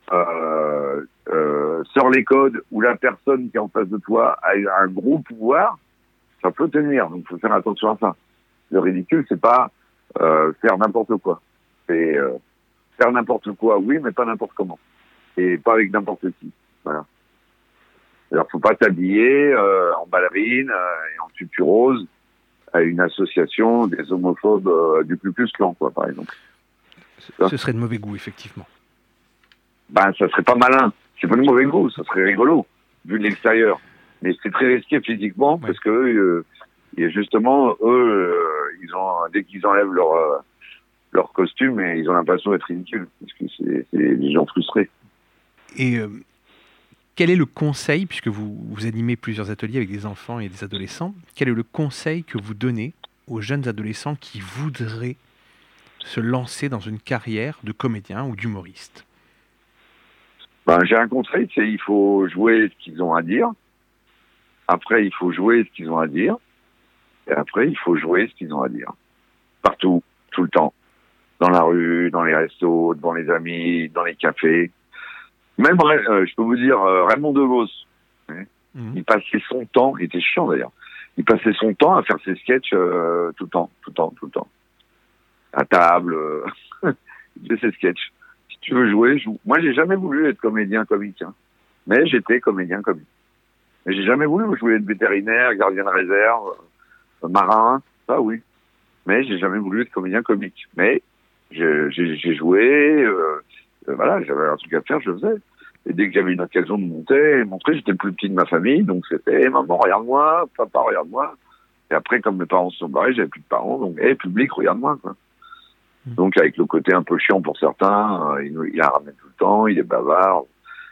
sort les codes, où la personne qui est en face de toi a un gros pouvoir, ça peut te nuire. Donc il faut faire attention à ça. Le ridicule, c'est pas faire n'importe quoi. C'est faire n'importe quoi, oui, mais pas n'importe comment. Et pas avec n'importe qui. Voilà. Alors, faut pas t'habiller en ballerine et en tutu rose à une association des homophobes du Ku Klux Klan, quoi, par exemple. Ce serait de mauvais goût, effectivement. Ben, ça serait pas malin. C'est pas de mauvais goût, ça serait rigolo, vu de l'extérieur. Mais c'est très risqué physiquement, parce que justement, eux, dès qu'ils enlèvent leur costume, et ils ont l'impression d'être ridicules, parce que c'est des gens frustrés. Et quel est le conseil, puisque vous animez plusieurs ateliers avec des enfants et des adolescents, quel est le conseil que vous donnez aux jeunes adolescents qui voudraient se lancer dans une carrière de comédien ou d'humoriste? Ben, j'ai un conseil, c'est il faut jouer ce qu'ils ont à dire. Après, il faut jouer ce qu'ils ont à dire. Et après, il faut jouer ce qu'ils ont à dire. Partout, tout le temps. Dans la rue, dans les restos, devant les amis, dans les cafés. Même, je peux vous dire, Raymond DeVos, il passait son temps, il était chiant d'ailleurs, il passait son temps à faire ses sketchs tout le temps. À table, il faisait ses sketchs. Si tu veux jouer, joue. Moi, j'ai jamais voulu être comédien comique, hein, mais j'étais comédien comique. Mais j'ai jamais voulu, je voulais être vétérinaire, gardien de réserve, marin, ça oui. Mais j'ai jamais voulu être comédien comique. Mais j'ai joué, voilà, j'avais un truc à faire, je le faisais. Et dès que j'avais une occasion de montrer, j'étais le plus petit de ma famille, donc c'était maman, regarde-moi, papa, regarde-moi. Et après, comme mes parents se sont barrés, j'avais plus de parents, donc public, regarde-moi, quoi. Donc avec le côté un peu chiant pour certains, il la ramène tout le temps, il est bavard,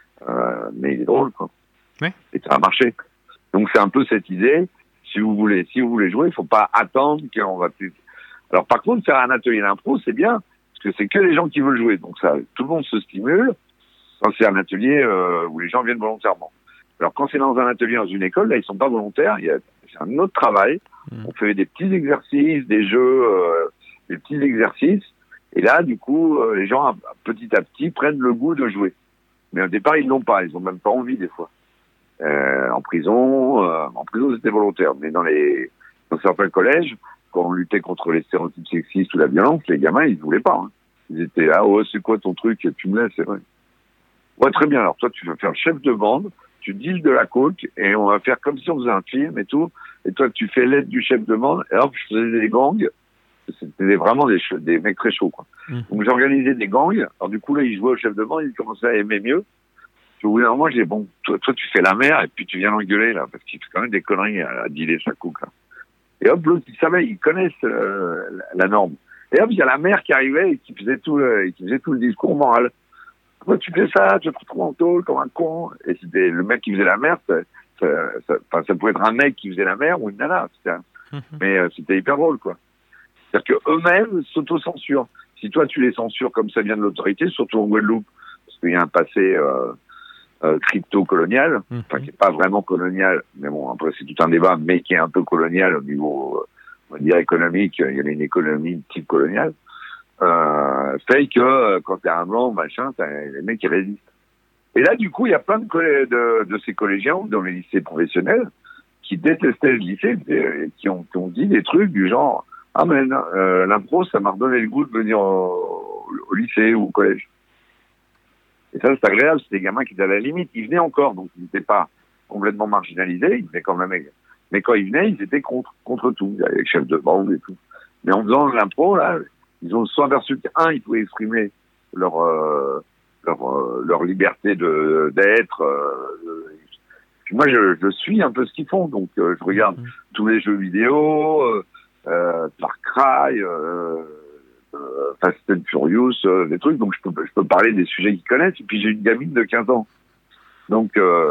mais il est drôle, quoi. Ouais. Et ça a marché. Donc c'est un peu cette idée. Si vous voulez jouer, il faut pas attendre qu'on va plus. Alors par contre, faire un atelier d'impro, c'est bien, parce que c'est que les gens qui veulent jouer. Donc ça, tout le monde se stimule. Quand c'est un atelier où les gens viennent volontairement. Alors quand c'est dans un atelier dans une école, là ils sont pas volontaires. C'est un autre travail. On fait des petits exercices, des jeux, des petits exercices. Et là, du coup, les gens petit à petit prennent le goût de jouer. Mais au départ, ils l'ont pas. Ils ont même pas envie des fois. En prison c'était volontaire. Mais dans certains collèges, quand on luttait contre les stéréotypes sexistes ou la violence, les gamins, ils voulaient pas. Hein. Ils étaient là, c'est quoi ton truc? Et tu me laisses, c'est vrai. Ouais, très bien. Alors toi, tu vas faire le chef de bande, tu deals de la coke, et on va faire comme si on faisait un film et tout. Et toi, tu fais l'aide du chef de bande. Et hop, je faisais des gangs. C'était vraiment des mecs très chauds, quoi. Donc j'organisais des gangs. Alors du coup, là, ils jouaient au chef de bande, ils commençaient à aimer mieux. Puis au bout d'un moment, je dis, bon, toi, tu fais la mère, et puis tu viens l'engueuler, là, parce qu'il fait quand même des conneries à dealer sa coke, là. Et hop, l'autre, ils connaissent la norme. Et hop, il y a la mère qui arrivait et qui faisait tout le discours moral. Pourquoi tu fais ça? Tu te retrouves en tôle comme un con. Et c'était le mec qui faisait la mère, ça pouvait être un mec qui faisait la mère ou une nana. Mais c'était hyper drôle, quoi. C'est-à-dire qu'eux-mêmes s'autocensurent. Si toi, tu les censures comme ça vient de l'autorité, surtout en Guadeloupe, parce qu'il y a un passé crypto-colonial, enfin qui n'est pas vraiment colonial, mais bon, après c'est tout un débat, mais qui est un peu colonial au niveau, on va dire, économique. Il y a une économie de type colonial. Fait que quand t'es un blanc, machin, t'as les mecs qui résistent. Et là, du coup, il y a plein de ces collégiens dans les lycées professionnels qui détestaient le lycée et qui ont dit des trucs du genre « Ah mais l'impro, ça m'a redonné le goût de venir au lycée ou au collège. » Et ça, c'est agréable, c'est des gamins qui étaient à la limite, ils venaient encore, donc ils n'étaient pas complètement marginalisés, ils venaient quand même. Mais quand ils venaient, ils étaient contre tout, avec les chefs de bande et tout. Mais en faisant l'impro, là, ils ont soit aperçu ils pouvaient exprimer leur liberté d'être. Puis moi, je suis un peu ce qu'ils font, donc je regarde tous les jeux vidéo, Far Cry, Fast and Furious, des trucs, donc je peux parler des sujets qu'ils connaissent. Et puis j'ai une gamine de 15 ans, donc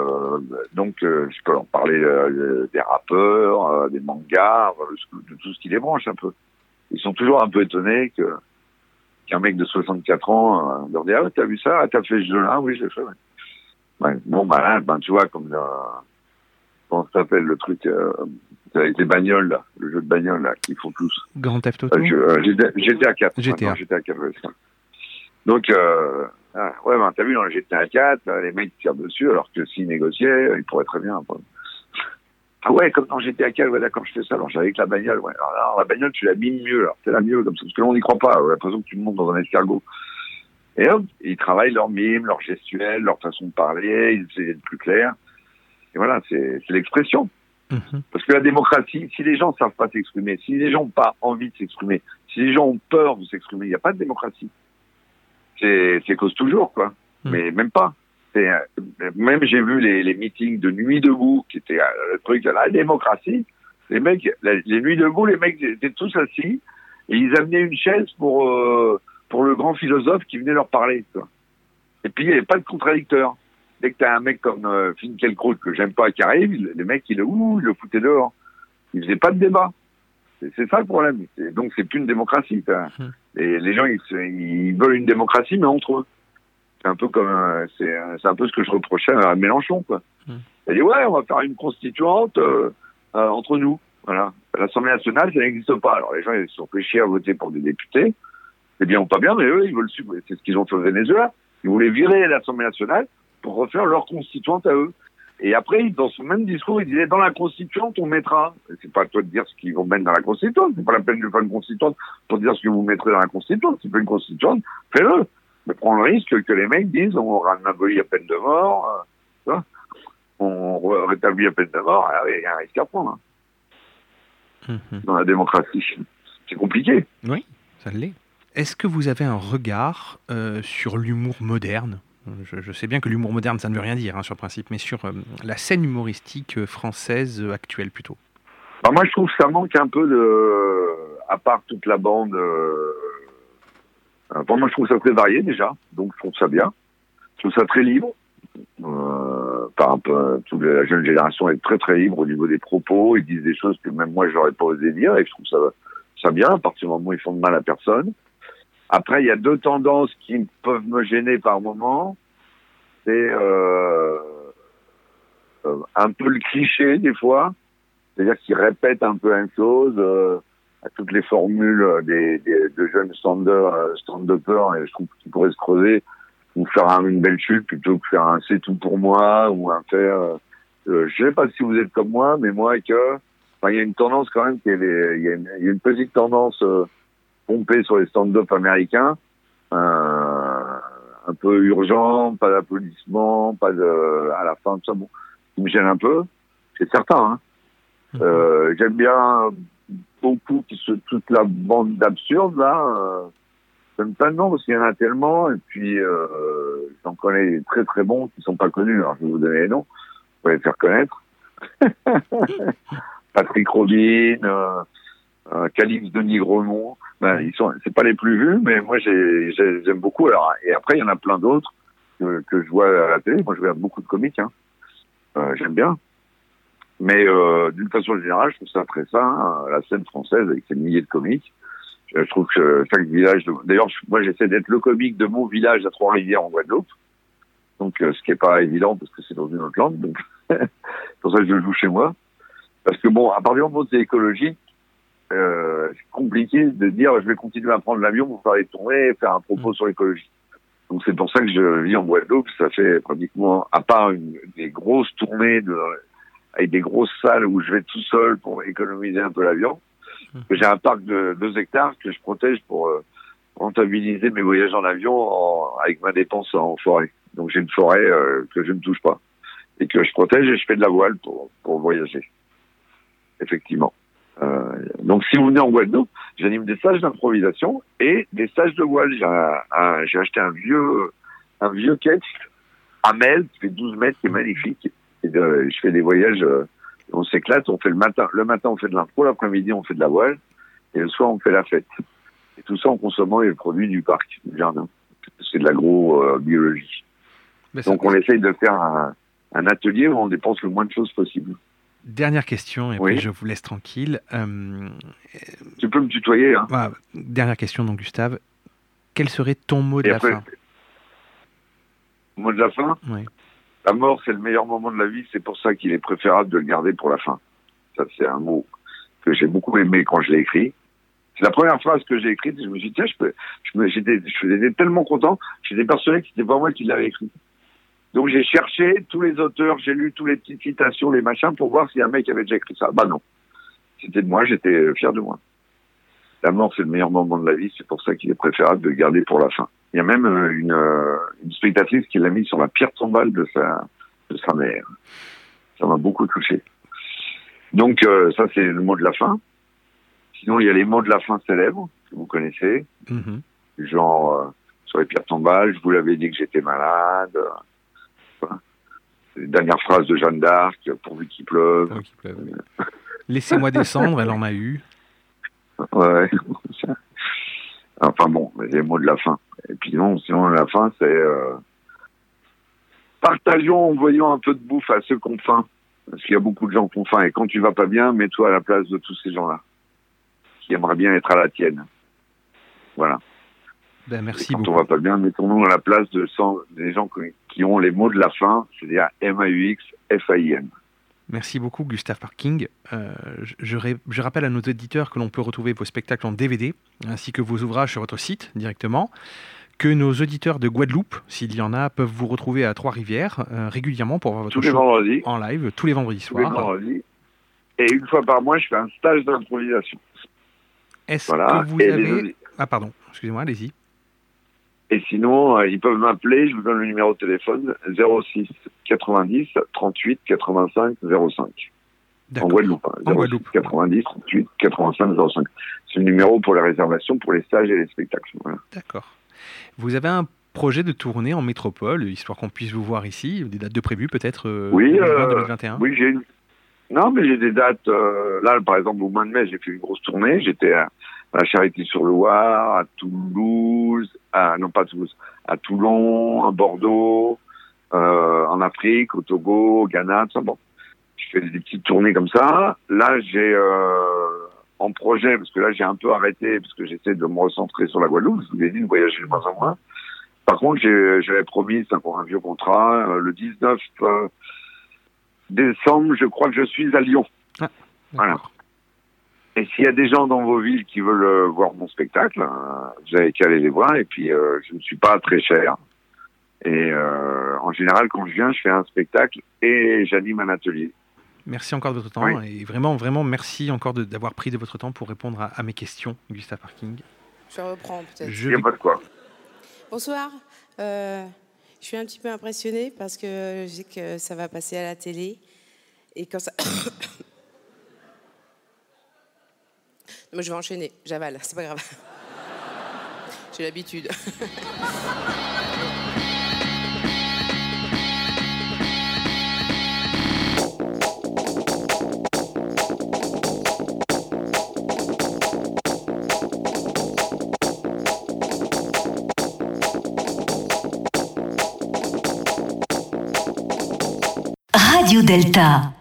je peux leur parler des rappeurs, des mangas, de tout ce qui les branche un peu. Ils sont toujours un peu étonnés qu'un mec de 64 ans leur dit « Ah, t'as vu ça? Ah, t'as fait ce jeu-là? » Oui, je l'ai fait, ouais. Ouais. Bon, là, tu vois, comme comment ça s'appelle le truc avec les bagnoles, là, le jeu de bagnoles, là, qu'ils font tous. Grand Theft Auto. GTA 4. GTA. GTA 4, ouais, ça. Donc, t'as vu dans le GTA 4, les mecs tirent dessus, alors que s'ils négociaient, ils pourraient très bien. Ah ouais, comme dans GTA 4, ouais, d'accord, je fais ça. Alors, j'avais avec la bagnole, ouais. Alors, la bagnole, tu la mimes mieux, alors, c'est la mieux, comme ça, parce que là, on n'y croit pas. On a l'impression que tu montes dans un escargot. Et hop, ils travaillent leur mime, leur gestuelle, leur façon de parler, ils essaient d'être plus clairs. Et voilà, c'est l'expression. Parce que la démocratie, si les gens ne savent pas s'exprimer, si les gens n'ont pas envie de s'exprimer, si les gens ont peur de s'exprimer, il n'y a pas de démocratie. C'est cause toujours, quoi. Mais même pas. Même j'ai vu les meetings de Nuit debout, qui étaient le truc de la démocratie. Les mecs, les Nuits debout, les mecs étaient tous assis et ils amenaient une chaise pour le grand philosophe qui venait leur parler, quoi. Et puis il n'y avait pas de contradicteur. Dès que t'as un mec comme Finkielkraut que j'aime pas qui arrive, les mecs ils le foutaient dehors. Ils faisaient pas de débat. C'est ça le problème. Donc c'est plus une démocratie. Et les gens ils veulent une démocratie mais entre eux. C'est un peu comme c'est un peu ce que je reprochais à Mélenchon, quoi. Il dit ouais, on va faire une constituante entre nous. Voilà. L'Assemblée nationale, ça n'existe pas. Alors les gens ils se sont fait chier à voter pour des députés. C'est bien ou pas bien, mais eux ils veulent suivre. C'est ce qu'ils ont fait au Venezuela. Ils voulaient virer l'Assemblée nationale pour refaire leur constituante à eux. Et après, dans ce même discours, il disait, dans la constituante, on mettra. Et c'est pas à toi de dire ce qu'ils vont mettre dans la constituante. C'est pas la peine de faire une constituante pour dire ce que vous mettrez dans la constituante. Si vous faites une constituante, fais-le. Mais prends le risque que les mecs disent, on abolit la peine de mort, on rétablit la peine de mort, il y a un risque à prendre. Dans la démocratie. C'est compliqué. Oui, ça l'est. Est-ce que vous avez un regard sur l'humour moderne ? Je sais bien que l'humour moderne, ça ne veut rien dire, sur le principe, mais sur la scène humoristique française actuelle, plutôt. Moi, je trouve que ça manque un peu à part toute la bande... moi, je trouve ça très varié, déjà, donc je trouve ça bien. Je trouve ça très libre. Toute la jeune génération est très, très libre au niveau des propos. Ils disent des choses que même moi, j'aurais pas osé dire, et je trouve ça bien, à partir du moment où ils font de mal à personne. Après, il y a deux tendances qui peuvent me gêner par moment. C'est un peu le cliché, des fois. C'est-à-dire qu'ils répètent un peu la même chose à toutes les formules de jeunes stand-uppers, et je trouve qu'ils pourraient se creuser ou faire une belle chute plutôt que faire un « c'est tout pour moi » ou un faire... je sais pas si vous êtes comme moi, mais moi, il y a une tendance quand même, il y a une petite tendance... pompé sur les stand-up américains, un peu urgent, pas d'applaudissements, pas à la fin, tout ça, bon, qui me gêne un peu, c'est certain, j'aime bien beaucoup toute la bande d'absurdes, là, j'aime pas le nom, parce qu'il y en a tellement, et puis, j'en connais des très très bons qui sont pas connus, alors je vais vous donner les noms, pour les faire connaître. Patrick Robin, Calix de Nigremont, c'est pas les plus vus, mais moi j'aime beaucoup. Alors, et après il y en a plein d'autres que je vois à la télé. Moi je regarde beaucoup de comiques, j'aime bien. Mais d'une façon générale, je trouve ça très sain, la scène française avec ses milliers de comiques. Je trouve que chaque village... D'ailleurs, moi j'essaie d'être le comique de mon village à Trois-Rivières en Guadeloupe. Donc ce qui est pas évident parce que c'est dans une autre langue. Donc c'est pour ça que je le joue chez moi. Parce que bon, à partir du moment où c'est écologique, c'est compliqué de dire je vais continuer à prendre l'avion pour faire les tournées et faire un propos sur l'écologie. Donc c'est pour ça que je vis en Guadeloupe. Ça fait pratiquement, à part des grosses tournées avec des grosses salles où je vais tout seul pour économiser un peu l'avion, que j'ai un parc de 2 hectares que je protège pour rentabiliser mes voyages en avion avec ma dépense en forêt. Donc j'ai une forêt que je ne touche pas et que je protège et je fais de la voile pour voyager. Effectivement. Donc si vous venez en Guadeloupe, j'anime des stages d'improvisation et des stages de voile. J'ai acheté un vieux ketch Hamel qui fait 12 mètres, qui est magnifique. Et je fais des voyages, on s'éclate, on fait le matin on fait de l'impro, l'après-midi on fait de la voile et le soir on fait la fête. Et tout ça en consommant les produits du parc, du jardin. C'est de l'agrobiologie. Donc on essaye de faire un atelier où on dépense le moins de choses possible. Dernière question, et puis je vous laisse tranquille. Tu peux me tutoyer. Voilà, dernière question, donc Gustave. Quel serait ton mot de la fin ? Mot de la fin ? Oui. La mort, c'est le meilleur moment de la vie, c'est pour ça qu'il est préférable de le garder pour la fin. Ça, c'est un mot que j'ai beaucoup aimé quand je l'ai écrit. C'est la première phrase que j'ai écrite, et je me suis dit, tiens, j'étais tellement content, j'étais persuadé que c'était pas moi qui l'avais écrit. Donc j'ai cherché tous les auteurs, j'ai lu toutes les petites citations, les machins, pour voir si un mec avait déjà écrit ça. Bah non. C'était de moi, j'étais fier de moi. La mort, c'est le meilleur moment de la vie, c'est pour ça qu'il est préférable de le garder pour la fin. Il y a même une spectatrice qui l'a mis sur la pierre tombale de sa mère. Ça m'a beaucoup touché. Donc ça, c'est le mot de la fin. Sinon, il y a les mots de la fin célèbres, que vous connaissez. Genre, sur les pierres tombales, je vous l'avais dit que j'étais malade. Les dernières phrases de Jeanne d'Arc, pourvu qu'il pleuve. Pourvu qu'il pleuve, oui. Laissez-moi descendre, elle en a eu. Ouais. Enfin bon, les mots de la fin. Et puis non, sinon la fin, c'est partageons en voyant un peu de bouffe à ceux qui ont faim. Parce qu'il y a beaucoup de gens qui ont faim. Et quand tu vas pas bien, mets-toi à la place de tous ces gens-là qui aimeraient bien être à la tienne. Voilà. Ben, merci quand beaucoup. on va pas bien, mettons-nous à la place des gens qui ont les mots de la fin, c'est-à-dire MAUX-FAIN. Merci beaucoup, Gustave Parking. Je rappelle à nos auditeurs que l'on peut retrouver vos spectacles en DVD, ainsi que vos ouvrages sur votre site directement, que nos auditeurs de Guadeloupe, s'il y en a, peuvent vous retrouver à Trois-Rivières régulièrement pour voir votre show vendredis. En live, tous les vendredis soirs. Tous les vendredis. Et une fois par mois, je fais un stage d'improvisation. Est-ce que vous avez... Ah pardon, excusez-moi, allez-y. Et sinon, ils peuvent m'appeler, je vous donne le numéro de téléphone, 06 90 38 85 05. En Guadeloupe. Hein, 06 90 38 85 05. C'est le numéro pour les réservations, pour les stages et les spectacles. Voilà. D'accord. Vous avez un projet de tournée en métropole, histoire qu'on puisse vous voir ici, des dates de prévues peut-être oui, 2021 Oui, Non, mais j'ai des dates. Là, par exemple, au mois de mai, j'ai fait une grosse tournée. J'étais à la Charité-sur-Loire, à Toulouse, non pas Toulouse, à Toulon, à Bordeaux, en Afrique, au Togo, au Ghana, tout ça. Bon, je fais des petites tournées comme ça. Là, j'ai en projet, parce que là, j'ai un peu arrêté, parce que j'essaie de me recentrer sur la Guadeloupe. Je vous ai dit de voyager de moins en moins. Par contre, j'avais promis, c'est encore un vieux contrat, le 19 décembre, je crois que je suis à Lyon. Ah, voilà. Et s'il y a des gens dans vos villes qui veulent voir mon spectacle, vous avez qu'à aller les voir. Et puis, je ne suis pas très cher. Et en général, quand je viens, je fais un spectacle et j'anime un atelier. Merci encore de votre temps. Oui. Et vraiment, vraiment, merci encore d'avoir pris de votre temps pour répondre à mes questions, Gustave Parking. Je reprends peut-être. Il n'y a pas de quoi. Bonsoir. Je suis un petit peu impressionnée parce que je sais que ça va passer à la télé. Et quand ça... Moi, je vais enchaîner. J'avale. C'est pas grave. J'ai l'habitude. Radio Delta.